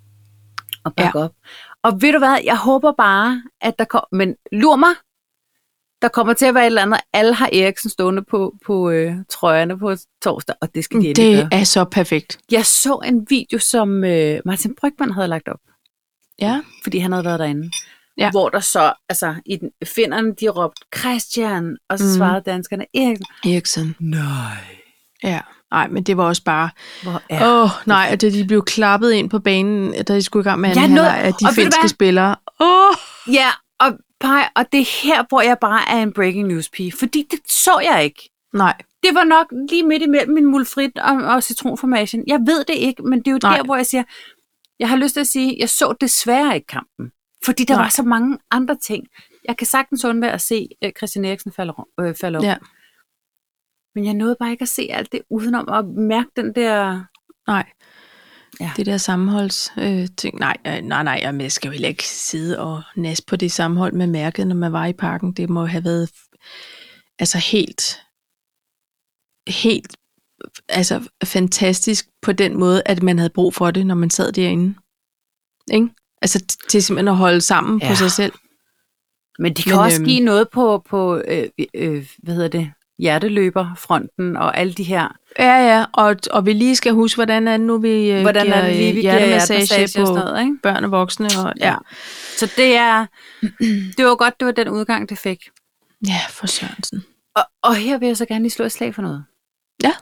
Og bakke ja. op. Og ved du hvad, jeg håber bare, at der kommer... Men lur mig, der kommer til at være et eller andet. Alle har Eriksen stående på, på øh, trøjerne på torsdag, og det skal de Det gøre. er så perfekt. Jeg så en video, som øh, Martin Brygmann havde lagt op. Ja. Fordi han havde været derinde. Ja. Hvor der så, altså, i den, finderne, de råbte Christian, og så svarede mm. danskerne Eriksen. Eriksen. Nej. Ja, nej, men det var også bare... Åh, oh, nej, at de blev klappet ind på banen, da de skulle i gang med anden halvleg af de finske spillere. Oh. Ja, og, Paj, og det er her, hvor jeg bare er en breaking news pige, fordi det så jeg ikke. Nej. Det var nok lige midt imellem min mulfrit og, og citronformation. Jeg ved det ikke, men det er jo nej. Der, hvor jeg siger, jeg har lyst til at sige, jeg så desværre ikke kampen. Fordi der nej. Var så mange andre ting. Jeg kan sagtens undvære at se uh, Christian Eriksen falde, øh, falde op. Ja. Men jeg nåede bare ikke at se alt det, udenom at mærke den der... Nej, ja. Det der sammenholds øh, ting. Nej, øh, nej, nej, jeg skal jo heller ikke sidde og næste på det sammenhold med mærket, når man var i parken. Det må have været altså helt, helt altså fantastisk på den måde, at man havde brug for det, når man sad derinde. Ikke? Altså til simpelthen at holde sammen ja. På sig selv. Men det kan Men, også øhm, give noget på, på øh, øh, hvad hedder det, hjerteløberfronten og alle de her. Ja, ja, og, og vi lige skal huske, hvordan er det nu, vi øh, hvordan giver, er det lige, vi hjertemassage, hjertemassage på noget, ikke? Børn og voksne. Og, ja. Ja. Så det er, det var godt, det var den udgang, det fik. Ja, for Sørensen. Og, og her vil jeg så gerne lige slå et slag for noget. Ja.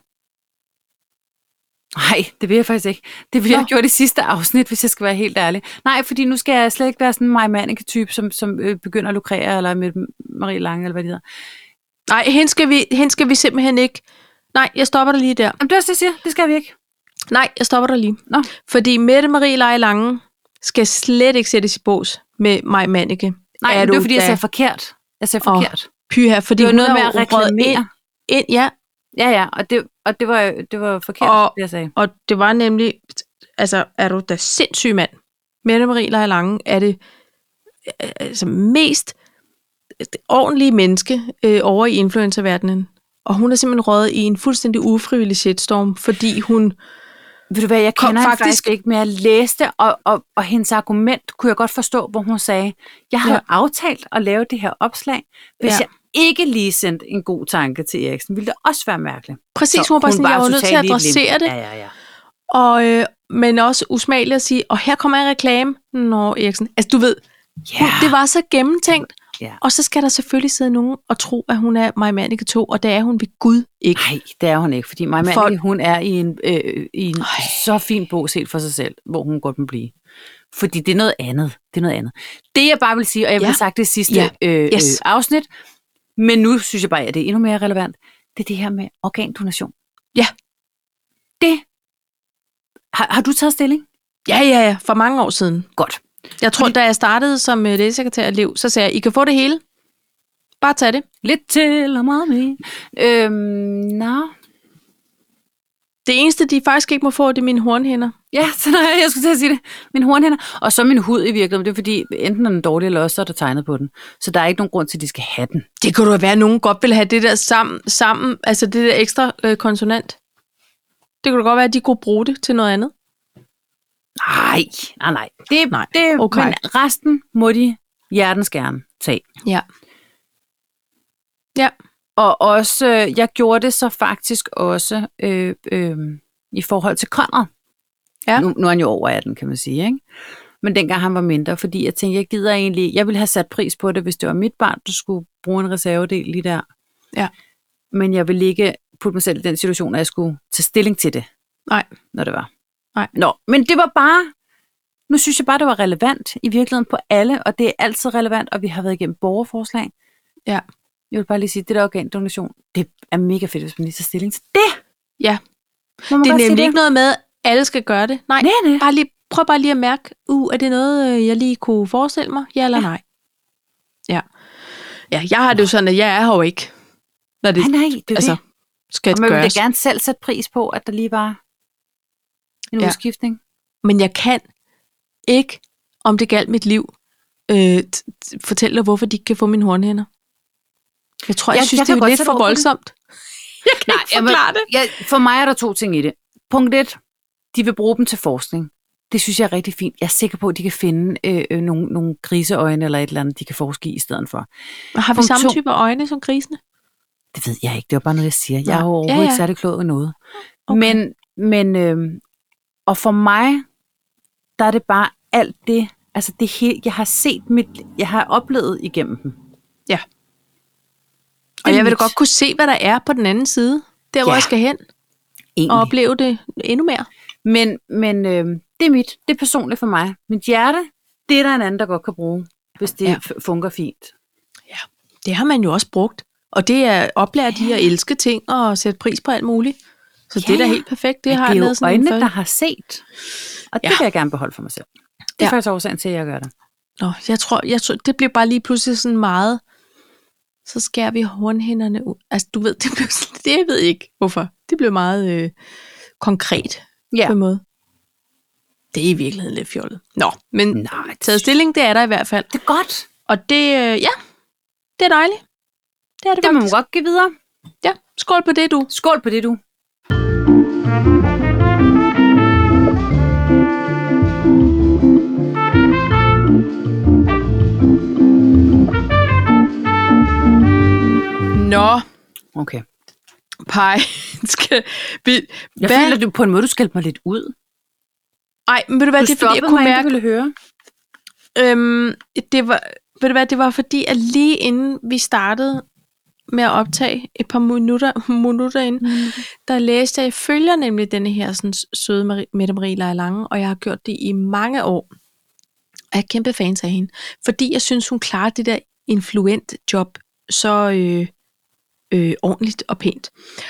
Nej, det vil jeg faktisk ikke. Det ville jeg have gjort i sidste afsnit, hvis jeg skal være helt ærlig. Nej, fordi nu skal jeg slet ikke være sådan en Maja Mannicke-type, som, som øh, begynder at lukrere, eller med Marie Lange, eller hvad det hedder. Nej, hende skal, vi, hende skal vi simpelthen ikke. Nej, jeg stopper dig lige der. Jamen, det er også det, jeg siger. Det skal vi ikke. Nej, jeg stopper dig lige. Nå. Fordi Mette Marie Leje Lange skal slet ikke sættes i bås med Maja Mannicke. Nej, er det er fordi, jeg sagde forkert. Jeg sagde forkert. Oh, pyha, fordi det var noget med at reklamere. Ind, ind, ja. Ja, ja, og det, og det, var, det var forkert, og, det jeg sagde. Og det var nemlig, altså, er du da sindssyg mand? Mette Marie Leje Lange er det altså, mest ordentlige menneske øh, over i influencerverdenen. Og hun er simpelthen røget i en fuldstændig ufrivillig shitstorm, fordi hun... Ved du hvad, jeg kender faktisk... faktisk ikke, men jeg læste, og, og, og hendes argument kunne jeg godt forstå, hvor hun sagde, jeg har ja. aftalt at lave det her opslag, hvis ja. jeg ikke lige sendte en god tanke til Eriksen, ville det også være mærkeligt. Præcis, hun var bare sådan, jeg var nødt til at adressere det. Ja, ja, ja. Og, øh, men også usmageligt at sige, og her kommer en reklame. Nå, Eriksen. Altså, du ved, yeah. hun, det var så gennemtænkt. Yeah. Og så skal der selvfølgelig sidde nogen og tro, at hun er Maja Mannicke to, og det er hun ved Gud ikke. Nej, det er hun ikke, fordi Maja Mannicke, hun er i en, øh, i en så fin bog set for sig selv, hvor hun godt må blive. Fordi det er noget andet. Det er noget andet. Det jeg bare vil sige, og jeg vil ja. have sagt det sidste ja. øh, yes. øh, afsnit, men nu synes jeg bare, at det er endnu mere relevant, det er det her med organdonation. Ja. Det. Har, har du taget stilling? Ja, ja, ja. For mange år siden. Godt. Jeg tror, da jeg startede som lægesekretær i Liv, så sagde jeg, I kan få det hele. Bare tag det. Lidt til og meget mere. Øhm, nå. Det eneste, de faktisk ikke må få, det er mine hornhinder. Ja, så nej, jeg skulle til at sige det. Mine hornhinder. Og så min hud i virkeligheden. Det er fordi, enten er den dårlig, eller også så er der tegnet på den. Så der er ikke nogen grund til, at de skal have den. Det kunne da være, at nogen godt vil have det der sammen, sammen altså det der ekstra øh, konsonant. Det kunne da godt være, at de kunne bruge det til noget andet. Nej, nej, nej. Det, nej. Det, Okay. Men resten må de hjertens gerne tage. Ja. Ja. Og også, øh, jeg gjorde det så faktisk også øh, øh, i forhold til Conrad. Ja. Nu, nu er han jo over atten, kan man sige, ikke? Men dengang han var mindre, fordi jeg tænkte, jeg gider egentlig, jeg ville have sat pris på det, hvis det var mit barn, der skulle bruge en reservedel lige der. Ja. Men jeg ville ikke putte mig selv i den situation, at jeg skulle tage stilling til det. Nej. Når det var. Nej. Nå, men det var bare, nu synes jeg bare, det var relevant i virkeligheden på alle, og det er altid relevant, og vi har været igennem borgerforslag. Ja. Jeg vil bare lige sige, det der organdonation, det er mega fedt, hvis man lige tager stilling til det. Ja. Må man Det er godt sige nemlig ikke noget med, at alle skal gøre det. Nej, Nej, nej. bare lige, prøv bare lige at mærke, uh, er det noget, øh, jeg lige kunne forestille mig? Ja eller Ja. nej? Ja. Ja, jeg har det jo sådan, at jeg er her jo ikke. Når det, Nej, nej, det er altså, det. skal Og det man ville gøres. da gerne selv sætte pris på, at der lige var en Ja. udskiftning. Men jeg kan ikke, om det galt mit liv, øh, t- t- fortælle dig, hvorfor de ikke kan få mine hornhænder. Jeg tror, jeg, Jeg- jeg synes, jeg det kan er godt lidt sætte for ord på det. voldsomt. Jeg kan Nej, ikke forklare det. Ja, for mig er der to ting i det. Punkt et, de vil bruge dem til forskning. Det synes jeg er rigtig fint. Jeg er sikker på, at de kan finde øh, øh, nogle, nogle griseøjne eller et eller andet, de kan forske i i stedet for. Og har vi Punkt samme to. type øjne som grisene? Det ved jeg ikke, det var bare noget, jeg siger. Jeg Nej. er jo overhovedet Ja, ja. ikke særlig klog i noget. Okay. Men, men øh, og for mig, der er det bare alt det, altså det hele, jeg har set mit, jeg har oplevet igennem dem. Ja. Det Og er jeg vil da mit. godt kunne se, hvad der er på den anden side. Der, hvor Ja. jeg skal hen. Egentlig. Og opleve det endnu mere. Men, men øh, det er mit, det er personligt for mig. Mit hjerte, det er der en anden, der godt kan bruge, hvis det Ja. ja. fungerer fint. Det har man jo også brugt. Og det er oplært de at elske ting og sætte pris på alt muligt. Så ja. det er da helt perfekt. Det Men har det jeg er med jo sådan en øjnene, følelse. der har set. Og det Ja. vil jeg gerne beholde for mig selv. Det er Ja. ja. faktisk årsagen til, at jeg gør det. Nå, jeg tror, jeg tror, det bliver bare lige pludselig sådan meget, så skærer vi hornhænderne ud. Altså, du ved, det blev sådan, det jeg ved ikke, hvorfor. Det blev meget øh, konkret Ja. på en måde. Det er i virkeligheden lidt fjollet. Nå, men Nej, taget stilling, det er der i hvert fald. det er godt. Og det, øh, ja, det er dejligt. Det er det, Det må man faktisk. godt give videre. Ja, skål på det, du. Skål på det, du. Nå, Okay. Pej. Skal vi... Jeg Hvad? føler, at du på en måde, du skældte mig lidt ud. Ej, men ved du hvad, Du det er fordi, jeg kunne mig, mærke... ville høre. Øhm, det var, ved du hvad, det var fordi, at lige inden vi startede med at optage et par minutter, minutter inden, mm. der læste jeg, jeg følger nemlig denne her sådan, søde Marie, Mette Marie Leje Lange, og jeg har gjort det i mange år. Og jeg er kæmpe fans af hende, fordi jeg synes, hun klarer det der influent job så øh, øh, ordentligt og pænt.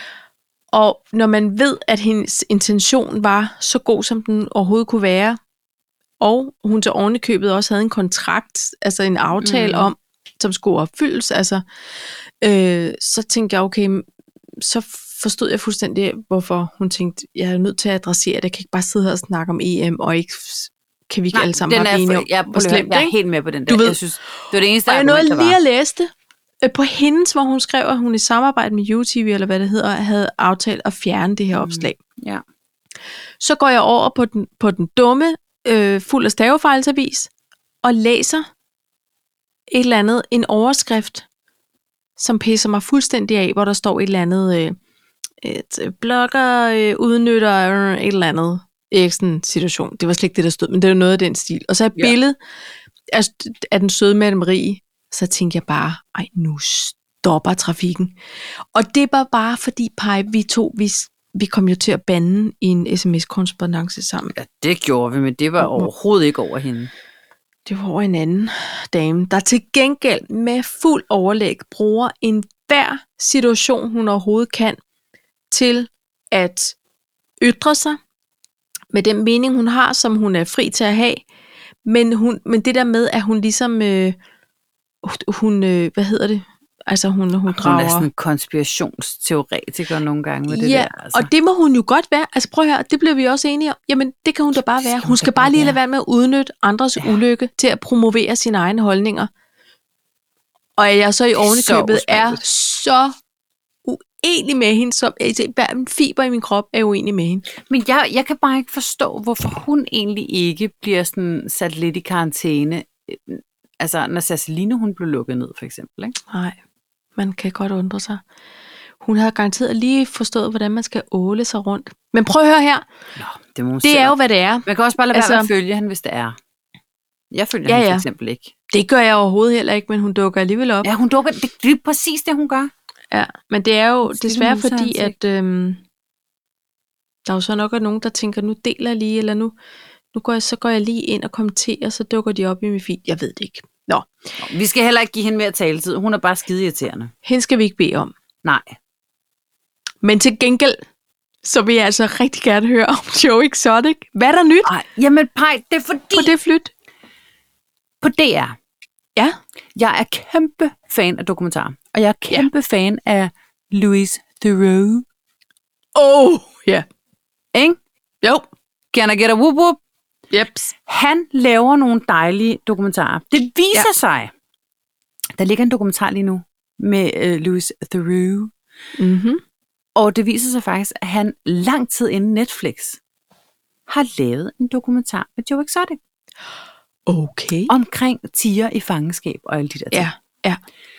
Og når man ved, at hendes intention var så god, som den overhovedet kunne være, og hun til ovenikøbet også havde en kontrakt, altså en aftale mm. om, som skulle opfyldes, altså, øh, så tænkte jeg, okay, så forstod jeg fuldstændig, hvorfor hun tænkte, jeg er nødt til at adressere det, jeg kan ikke bare sidde her og snakke om E M, og ikke, kan vi ikke Nej, alle sammen den bare er blive enige for, om, jeg, hvor slemt, jeg er ikke? helt med på den der. Du ved- Jeg synes, det var det eneste Og jeg argument, nåede der lige var. at læse det øh, på hendes, hvor hun skrev, at hun i samarbejde med U T V, eller hvad det hedder, havde aftalt at fjerne det her opslag. Ja. Så går jeg over på den, på den dumme, øh, fuld af stavefejlsavis, og læser et eller andet, en overskrift, som pisser mig fuldstændig af, hvor der står et eller andet, øh, et blogger øh, udnytter øh, et eller andet, ikke sådan en situation. Det var slet ikke det, der stod, men det er jo noget af den stil. Og så er et Ja. billede af, af den søde Mette Marie, så tænkte jeg bare, ej, nu stopper trafikken. Og det var bare fordi, Paj, vi to, vi, vi kom jo til at bande i en sms-korrespondance sammen. Ja, det gjorde vi, men det var overhovedet ikke over hende. Det var over en anden dame, der til gengæld med fuld overlæg bruger enhver situation, hun overhovedet kan, til at ytre sig med den mening, hun har, som hun er fri til at have. Men, hun, men det der med, at hun ligesom, øh, hun, øh, hvad hedder det, Altså hun, hun, hun drager... er sådan en konspirationsteoretiker nogle gange med det ja, der. Altså. Og det må hun jo godt være. Altså prøv at høre, det bliver vi også enige om. Jamen, det kan hun da bare være. Hun skal bare lige lade være med at udnytte andres ja. ulykke til at promovere sine egne holdninger. Og at jeg så i ovenikøbet er så uenig med hende, som hver en fiber i min krop er uenig med hende. Men jeg, jeg kan bare ikke forstå, hvorfor hun egentlig ikke bliver sådan sat lidt i karantæne. Altså, når Ceciline, hun blev lukket ned, for eksempel, ikke? Nej, man kan godt undre sig. Hun har garanteret lige forstået, hvordan man skal åle sig rundt. Men prøv at høre her. Nå, det må det er jo, hvad det er. Man kan også bare lade altså, være med at følge hende, hvis det er. Jeg følger ja, hende for ja. eksempel ikke. Det gør jeg overhovedet heller ikke, men hun dukker alligevel op. Ja, hun dukker. Det, det er præcis det, hun gør. Ja, men det er jo det desværre fordi, at øhm, der er jo så nok nogen, der tænker, nu deler jeg lige, eller nu, nu går jeg, så går jeg lige ind og kommenterer, så dukker de op i min feed. Jeg ved det ikke. Nå. Vi skal heller ikke give hende mere taletid. Hun er bare skide irriterende. Hende skal vi ikke bede om. Nej. Men til gengæld, så vil jeg altså rigtig gerne høre om Joe Exotic. Hvad er der nyt? Ej, jamen Paj, det er fordi... På det flyt. På D R. Ja. Jeg er kæmpe fan af dokumentarer. Og jeg er kæmpe ja. fan af Louis Theroux. Åh, oh, ja. Yeah. Ikke? Jo. Can I get a whoop whoop? Jeps. Han laver nogle dejlige dokumentarer. Det viser ja. sig. Der ligger en dokumentar lige nu med uh, Louis Theroux. Mhm. Og det viser sig faktisk, at han lang tid inden Netflix har lavet en dokumentar med Joe Exotic. Okay. Omkring tiger i fangenskab og alle de der ting. Ja, ja.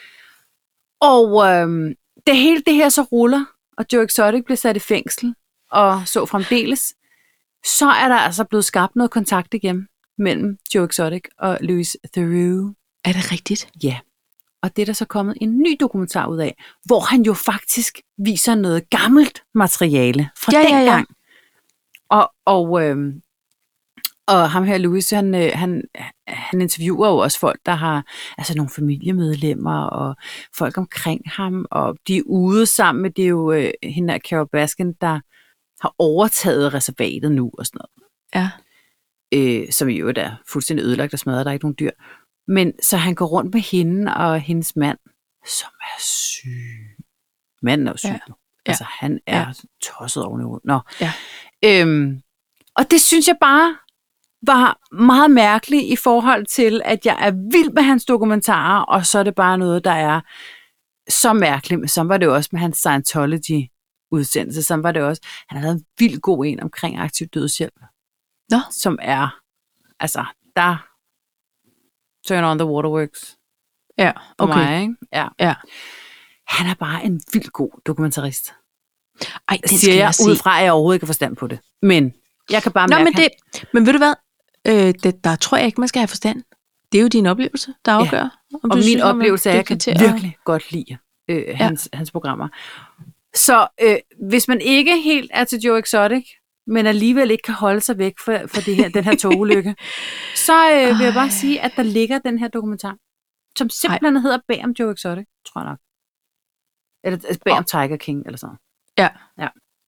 Og øhm, det hele det her så ruller, og Joe Exotic bliver sat i fængsel, og så fremdeles, så er der altså blevet skabt noget kontakt igen mellem Joe Exotic og Louis Theroux. Er det rigtigt? Ja. Og det er der så kommet en ny dokumentar ud af, hvor han jo faktisk viser noget gammelt materiale fra ja, dengang. Ja, ja. Og, og, øhm, og ham her, Louis, han, han, han interviewer jo også folk, der har altså nogle familiemedlemmer og folk omkring ham, og de er ude sammen med, det er jo øh, hende der Carole Baskin, der har overtaget reservatet nu og sådan noget. Ja. Øh, som jo er fuldstændig ødelagt og smadret, der er ikke nogen dyr. Men så han går rundt med hende og hendes mand, som er syg. Manden er jo syg. Ja. Ja. Altså han er ja. tosset oven i hovedet. Nå. Ja. Øhm, og det synes jeg bare var meget mærkeligt i forhold til, at jeg er vild med hans dokumentarer, og så er det bare noget, der er så mærkeligt. Men så var det jo også med hans Scientology-udsendelse. Så var det også, han har lavet en vild god en omkring aktiv dødshjælp. Nå. Som er, altså, der turn on the waterworks. Ja, okay. Mig, ikke? Ja. Ja. Han er bare en vild god dokumentarist. Ej, det siger jeg, jeg ud fra, at jeg overhovedet ikke har forstand på det. Men jeg kan bare Nå, mærke... men, det, men ved du hvad? Øh, det, der tror jeg ikke, man skal have forstand. Det er jo din oplevelse, der afgør. Ja. Om og du min synes, oplevelse er, at jeg kan virkelig at... godt lide øh, ja. hans, hans programmer. Så øh, hvis man ikke helt er til Joe Exotic, men alligevel ikke kan holde sig væk fra, fra det her, den her togulykke, så øh, vil jeg bare sige, at der ligger den her dokumentar, som simpelthen Ej. hedder Bag om Joe Exotic, tror jeg nok. Eller Bag om Tiger King, eller sådan. Ja. Ja.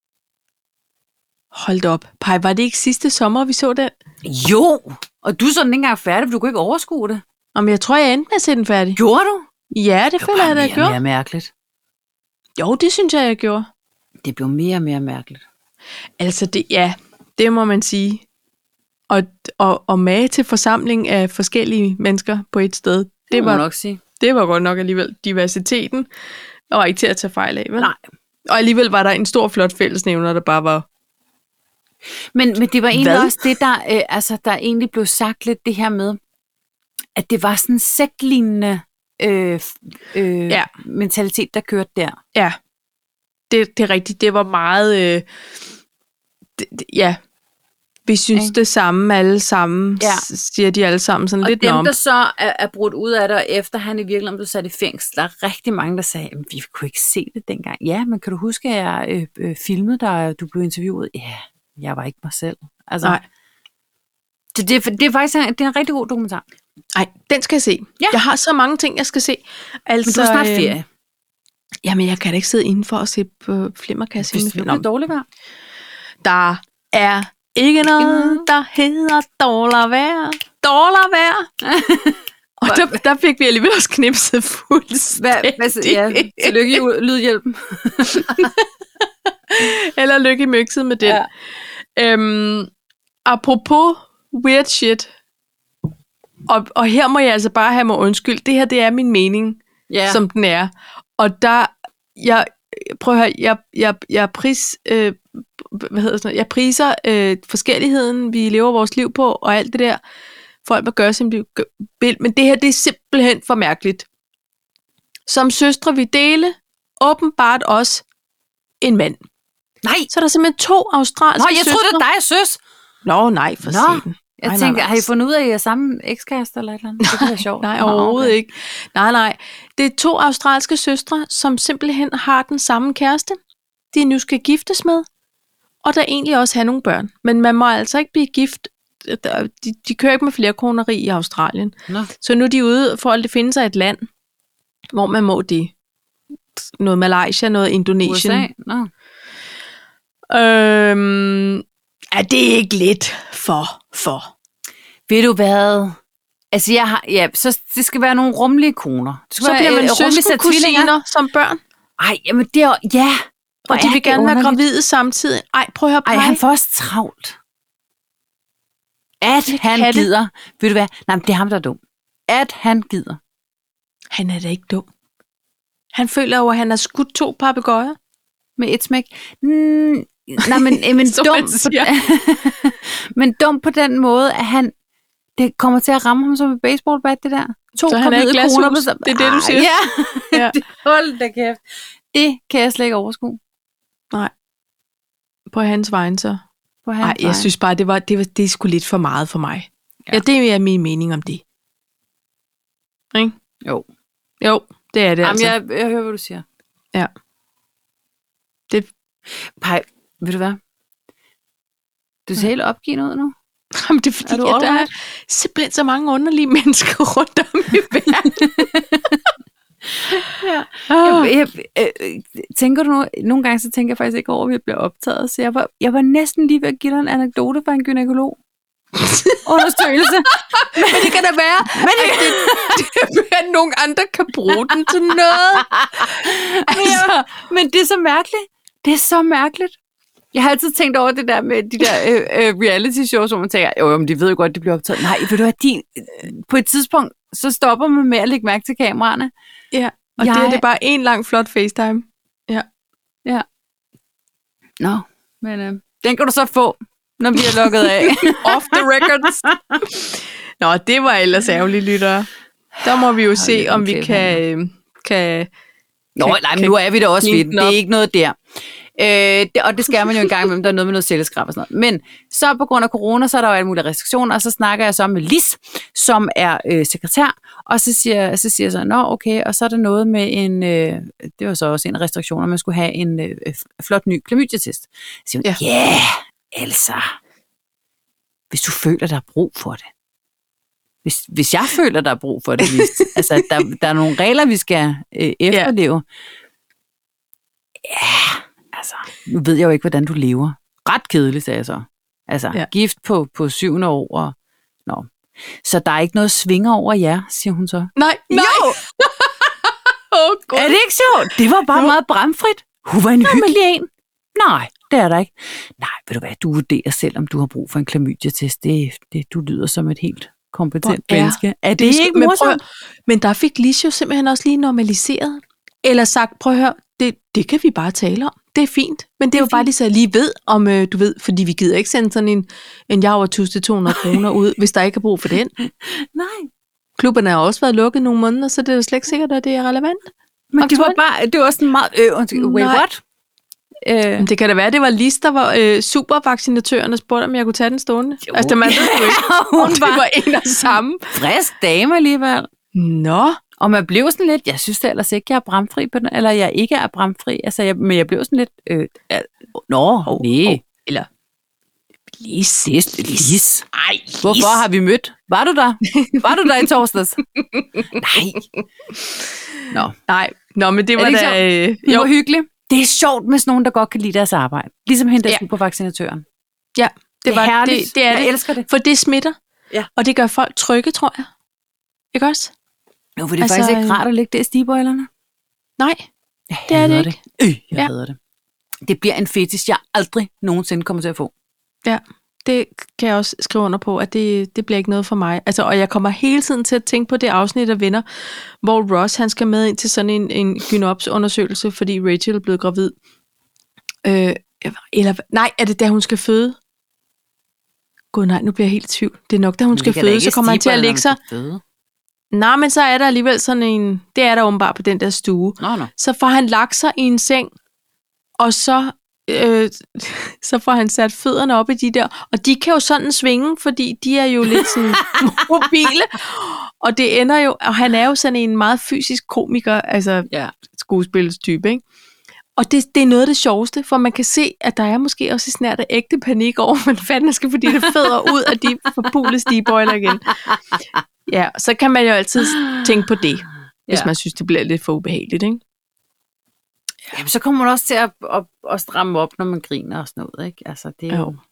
Hold op. Pej, var det ikke sidste sommer, vi så den? Jo, og du er sådan ikke engang færdig, for du kunne ikke overskue det. Jamen, jeg tror, jeg endte med at se den færdig. Gjorde du? Ja, det, det føler jeg, at jeg gjorde. Det er mere mærkeligt. Jo, det synes jeg, jeg gjorde. Det blev mere og mere mærkeligt. Altså, det, ja, det må man sige. Og, og, og mage til forsamling af forskellige mennesker på et sted. Det, det må var nok sige. Det var godt nok alligevel diversiteten. Og var ikke til at tage fejl af, vel? Nej. Og alligevel var der en stor, flot fællesnævner, der bare var... Men, men det var egentlig Hvad? også det, der, øh, altså, der egentlig blev sagt lidt det her med, at det var sådan en sektlignende øh, øh, ja. mentalitet, der kørte der. Ja, det, det er rigtigt. Det var meget... Øh, det, det, ja, vi synes okay. det samme alle sammen, ja. siger de alle sammen sådan og lidt dem, om. der så er, er brudt ud af det, og efter han i virkeligheden blev sat i fængsel, der er rigtig mange, der sagde, at vi kunne ikke se det dengang. Ja, men kan du huske, at jeg øh, øh, filmede dig, du blev interviewet? Ja, jeg var ikke mig selv. Altså, Nej. Det, det, det er faktisk en, det er en rigtig god dokumentar. Nej, den skal jeg se. Ja. Jeg har så mange ting, jeg skal se. Altså, men du har snart ferie. Øh, jamen, jeg kan da ikke sidde indenfor og se på flimmerkasse. Hvis det er dårligt vejr. Der er ikke noget, der hedder dårlig vejr. Dårlig vejr. Og der, der fik vi alligevel også knipset fuldstændig. Hvad, hvad, ja, tillykke i lydhjælpen. Eller lykke i møkset med den. Ja. Øhm, apropos weird shit, og, og her må jeg altså bare have mig undskyld. Det her, det er min mening, yeah. som den er. Og der, jeg, prøv at høre, jeg, jeg, jeg, pris, øh, hvad hedder sådan noget, jeg priser øh, forskelligheden, vi lever vores liv på, og alt det der. Folk må gøre sin liv, men det her, det er simpelthen for mærkeligt. Som søstre vi dele, åbenbart også en mand. Nej. Så er der simpelthen to australske søstre. Nå, jeg troede, det var dig, søs. Nå, nej, for satan. Jeg nej, tænkte, nej, nej. Har I fundet ud af, at I er samme ekskærester eller et eller andet? Det kunne være sjovt. Nej, overhovedet okay. ikke. Nej, nej. Det er to australske søstre, som simpelthen har den samme kæreste, de nu skal giftes med, og der egentlig også have nogle børn. Men man må altså ikke blive gift. De, de kører ikke med flerkoneri i Australien. Nå. Så nu er de ude for at det finde sig et land, hvor man må det. Noget Malaysia, noget Indonesien. U S A? Nå. Øhm, er det ikke lidt for, for? Ved du hvad? Altså, jeg har, ja, så det skal være nogle rummelige koner. Det skal så være, bliver man søskenkusiner som børn. Ej, jamen det er, ja. Og de vil gerne være gravide samtidig. Ej, prøv at høre, Ej, han får også travlt. At han gider. Det. Ved du hvad? Nej, men det er ham, der er dum. At han gider. Han er da ikke dum. Han føler jo, at han har skudt to papegøjer. Med et smæk. Mm, nej, men, men dum på, men dum på den måde, at han det kommer til at ramme ham som et baseballbat, det der. To så han er i glashus. Det er det, du siger. Ja, ja. Hold da kæft. Det kan jeg slet ikke overskue. Nej. På hans vegne så. Nej, jeg synes bare, det var, det var det er sgu lidt for meget for mig. Ja, ja det er min mening om det. Ikke? Jo. Jo, det er det Jamen, altså. Jeg, jeg hører, hvad du siger. Ja. Det... Pej, ved du hvad? Du ser helt opgivet ud nu. Jamen, det er fordi, er at der er simpelthen så mange underlige mennesker rundt om i verden. ja. oh. jeg, jeg, jeg, tænker du nu, nogle gange så tænker jeg faktisk ikke over, at vi bliver optaget, så jeg var, jeg var næsten lige ved at give dig en anekdote fra en gynekolog. Undersøgelse. Men det kan da være, men det, at, det, det, at nogle andre kan bruge den til noget. Altså. Men, men det er så mærkeligt. Det er så mærkeligt. Jeg har altid tænkt over det der med de der øh, øh, reality shows, hvor man tænker, jo, jo, men de ved jo godt, de bliver optaget. Nej, ved du hvad, de, på et tidspunkt, så stopper man med at lægge mærke til kameraerne. Ja, og jeg... det er det bare en lang flot FaceTime. Ja. Ja. Nå, men øh, den kan du så få, når vi er lukket af. Off the records. Nå, det var ellers ærgerligt, lyttere. Der må vi jo se, om vi kan... Øh, kan Nå, kan, nej, men nu er vi da også ved. Det er ikke noget der. Øh, det, og det skal man jo en gang imellem, der er noget med noget celleskrab og sådan noget. Men så på grund af corona, så er der jo alle mulige restriktioner, og så snakker jeg så med Lis, som er øh, sekretær, og så siger, så siger jeg så, nå okay, og så er der noget med en, øh, det var så også en restriktion, at man skulle have en øh, flot ny klamydia-test. Så siger hun, ja, yeah, Elsa, hvis du føler, der er brug for det. Hvis, hvis jeg føler, der er brug for det, hvis, altså der, der er nogle regler, vi skal øh, efterleve. Ja, altså, nu ved jeg jo ikke, hvordan du lever. Ret kedeligt, sagde jeg så. Altså, ja. Gift på, på syvende år. Og, nå. Så der er ikke noget svinger over jer, siger hun så. Nej, nej. Jo! oh, God. Er det ikke sjovt? Det var bare jo. Meget bramfrit. Hun var en Nå, hyggelig men... en. Nej, det er der ikke. Nej, ved du hvad, du vurderer selv, om du har brug for en klamydia-test. Det, det, du lyder som et helt kompetent er, menneske. Er det, det ikke morsomt? Men, men der fik Lis jo simpelthen også lige normaliseret. Eller sagt, prøv at høre, det, det kan vi bare tale om. Det er fint. Men det, det er jo fint. Bare lige så jeg lige ved, om øh, du ved, fordi vi gider ikke sende sådan en, en javertus til to hundrede kroner ud, hvis der ikke er brug for den. Nej. Klubberne har også været lukket nogle måneder, så det er jo slet ikke sikkert, at det er relevant. Men det var bare, det var sådan meget, øh, wait, what? Øh. Det kan da være, det var Lis, der var øh, supervaccinatøren og spurgte, om jeg kunne tage den stående. Jo. Altså, man ved jo ikke, om det var en og samme. Frisk dame alligevel. Nå. Og man blev sådan lidt, jeg synes da ellers ikke, jeg er bramfri på den, eller jeg ikke er bramfri, altså, jeg, men jeg blev sådan lidt, øh, øh, nå, oh, nej. Oh, eller, Lis, Lis, Lis. Ej, Lis. Hvorfor har vi mødt? Var du der? Var du der i torsdags? Nej. Nå. Nej, nå, men det var da... Øh, det var hyggeligt. Det er sjovt med sådan nogen, der godt kan lide deres arbejde. Ligesom hende, der ja. Supervaccinatøren. Ja, det, det er var, herligt. Det, det er jeg det. elsker det. For det smitter, ja. Og det gør folk trygge, tror jeg. Ikke også? Jo, for det er altså, faktisk ikke rart at lægge det i stigbøjlerne. Nej, jeg det er det ikke. Det. Øh, jeg ja. hader det. Det bliver en fetish, jeg aldrig nogensinde kommer til at få. Ja, det kan jeg også skrive under på, at det, det bliver ikke noget for mig. Altså, og jeg kommer hele tiden til at tænke på det afsnit af Venner, hvor Ross han skal med ind til sådan en, en gynops-undersøgelse, fordi Rachel er blevet gravid. Øh, eller, nej, er det da hun skal føde? Gud nej, nu bliver jeg helt i tvivl. Det er nok, da hun skal føde, så kommer han til at lægge sig. Nej, men så er der alligevel sådan en, det er der åbenbart på den der stue. Nå, nå. Så får han lagt sig i en seng, og så, øh, så får han sat fødderne op i de der, og de kan jo sådan svinge, fordi de er jo lidt sådan mobile, og det ender jo, og han er jo sådan en meget fysisk komiker, altså ja. skuespilstype, ikke? Og det, det er noget af det sjoveste, for man kan se, at der er måske også snart af ægte panik over, men fanden skal, fordi det fødder ud af de forpulede stigbøjler igen. Ja, så kan man jo altid tænke på det, hvis ja. man synes, det bliver lidt for ubehageligt, ikke? Jamen, så kommer man også til at, at, at stramme op, når man griner og sådan noget, ikke? Altså, det er jo...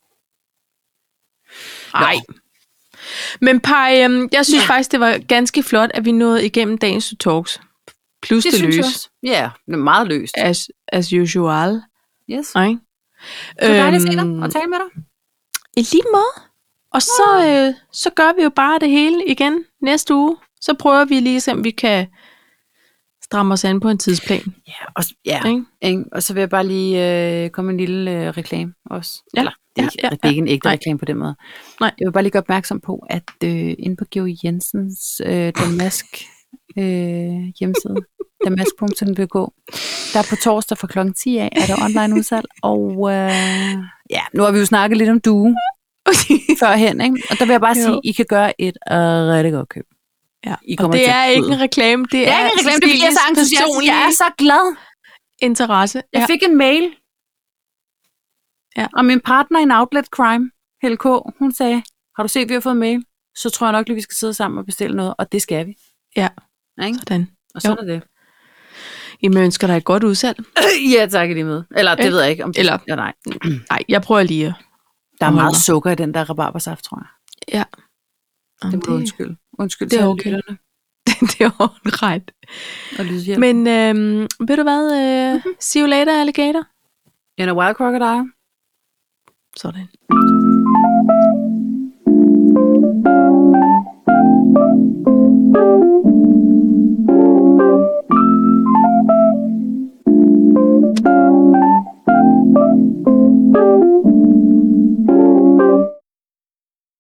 Nej. Men Paj, øhm, jeg synes ja. faktisk, det var ganske flot, at vi nåede igennem dagens talks. Plus det, det løs. Ja, det er meget løst. As, as usual. Yes. Nej. Det var dejligt at se dig og tale med dig. I lige måde. Og så, øh, så gør vi jo bare det hele igen næste uge. Så prøver vi lige, om vi kan stramme os an på en tidsplan. Ja, og, ja. Ikke? Og så vil jeg bare lige øh, komme en lille øh, reklame også. Ja. Eller, det er, ja, ja, det er ikke en ægte ja. reklame på den måde. Nej. Jeg vil bare lige gøre opmærksom på, at øh, inde på Georg Jensens øh, Damask øh, hjemmeside, damask punktum d k, der på torsdag fra klokken ti af er der online udsalg. Og øh, ja, nu har vi jo snakket lidt om Due førhen, ikke? Og der vil jeg bare jo. sige, I kan gøre et uh, rigtig godt køb. Ja. I og det er ikke en reklame, det, det er, er ikke en reklame, det er jeg så entusiastisk. Jeg er så glad. Interesse. Jeg ja. fik en mail, ja. og min partner i en outlet crime, Helle K., hun sagde, har du set, vi har fået en mail? Så tror jeg nok lige, vi skal sidde sammen og bestille noget, og det skal vi. Ja, ikke? Sådan. Og sådan jo. er det. Jamen, jeg ønsker dig et godt udsalg. Ja, tak lige med. Eller det øh? ved jeg ikke. Om det... Eller, ja, nej. nej, jeg prøver lige at... Der er meget sukker i den der rabarbersaft, tror jeg. Ja. Det må det... undskyld. Undskyld det til er okay. lytterne. Det er jo ret. Men øhm, ved du hvad? Øh, mm-hmm. See you later, alligator. In a wild crocodile. Sådan.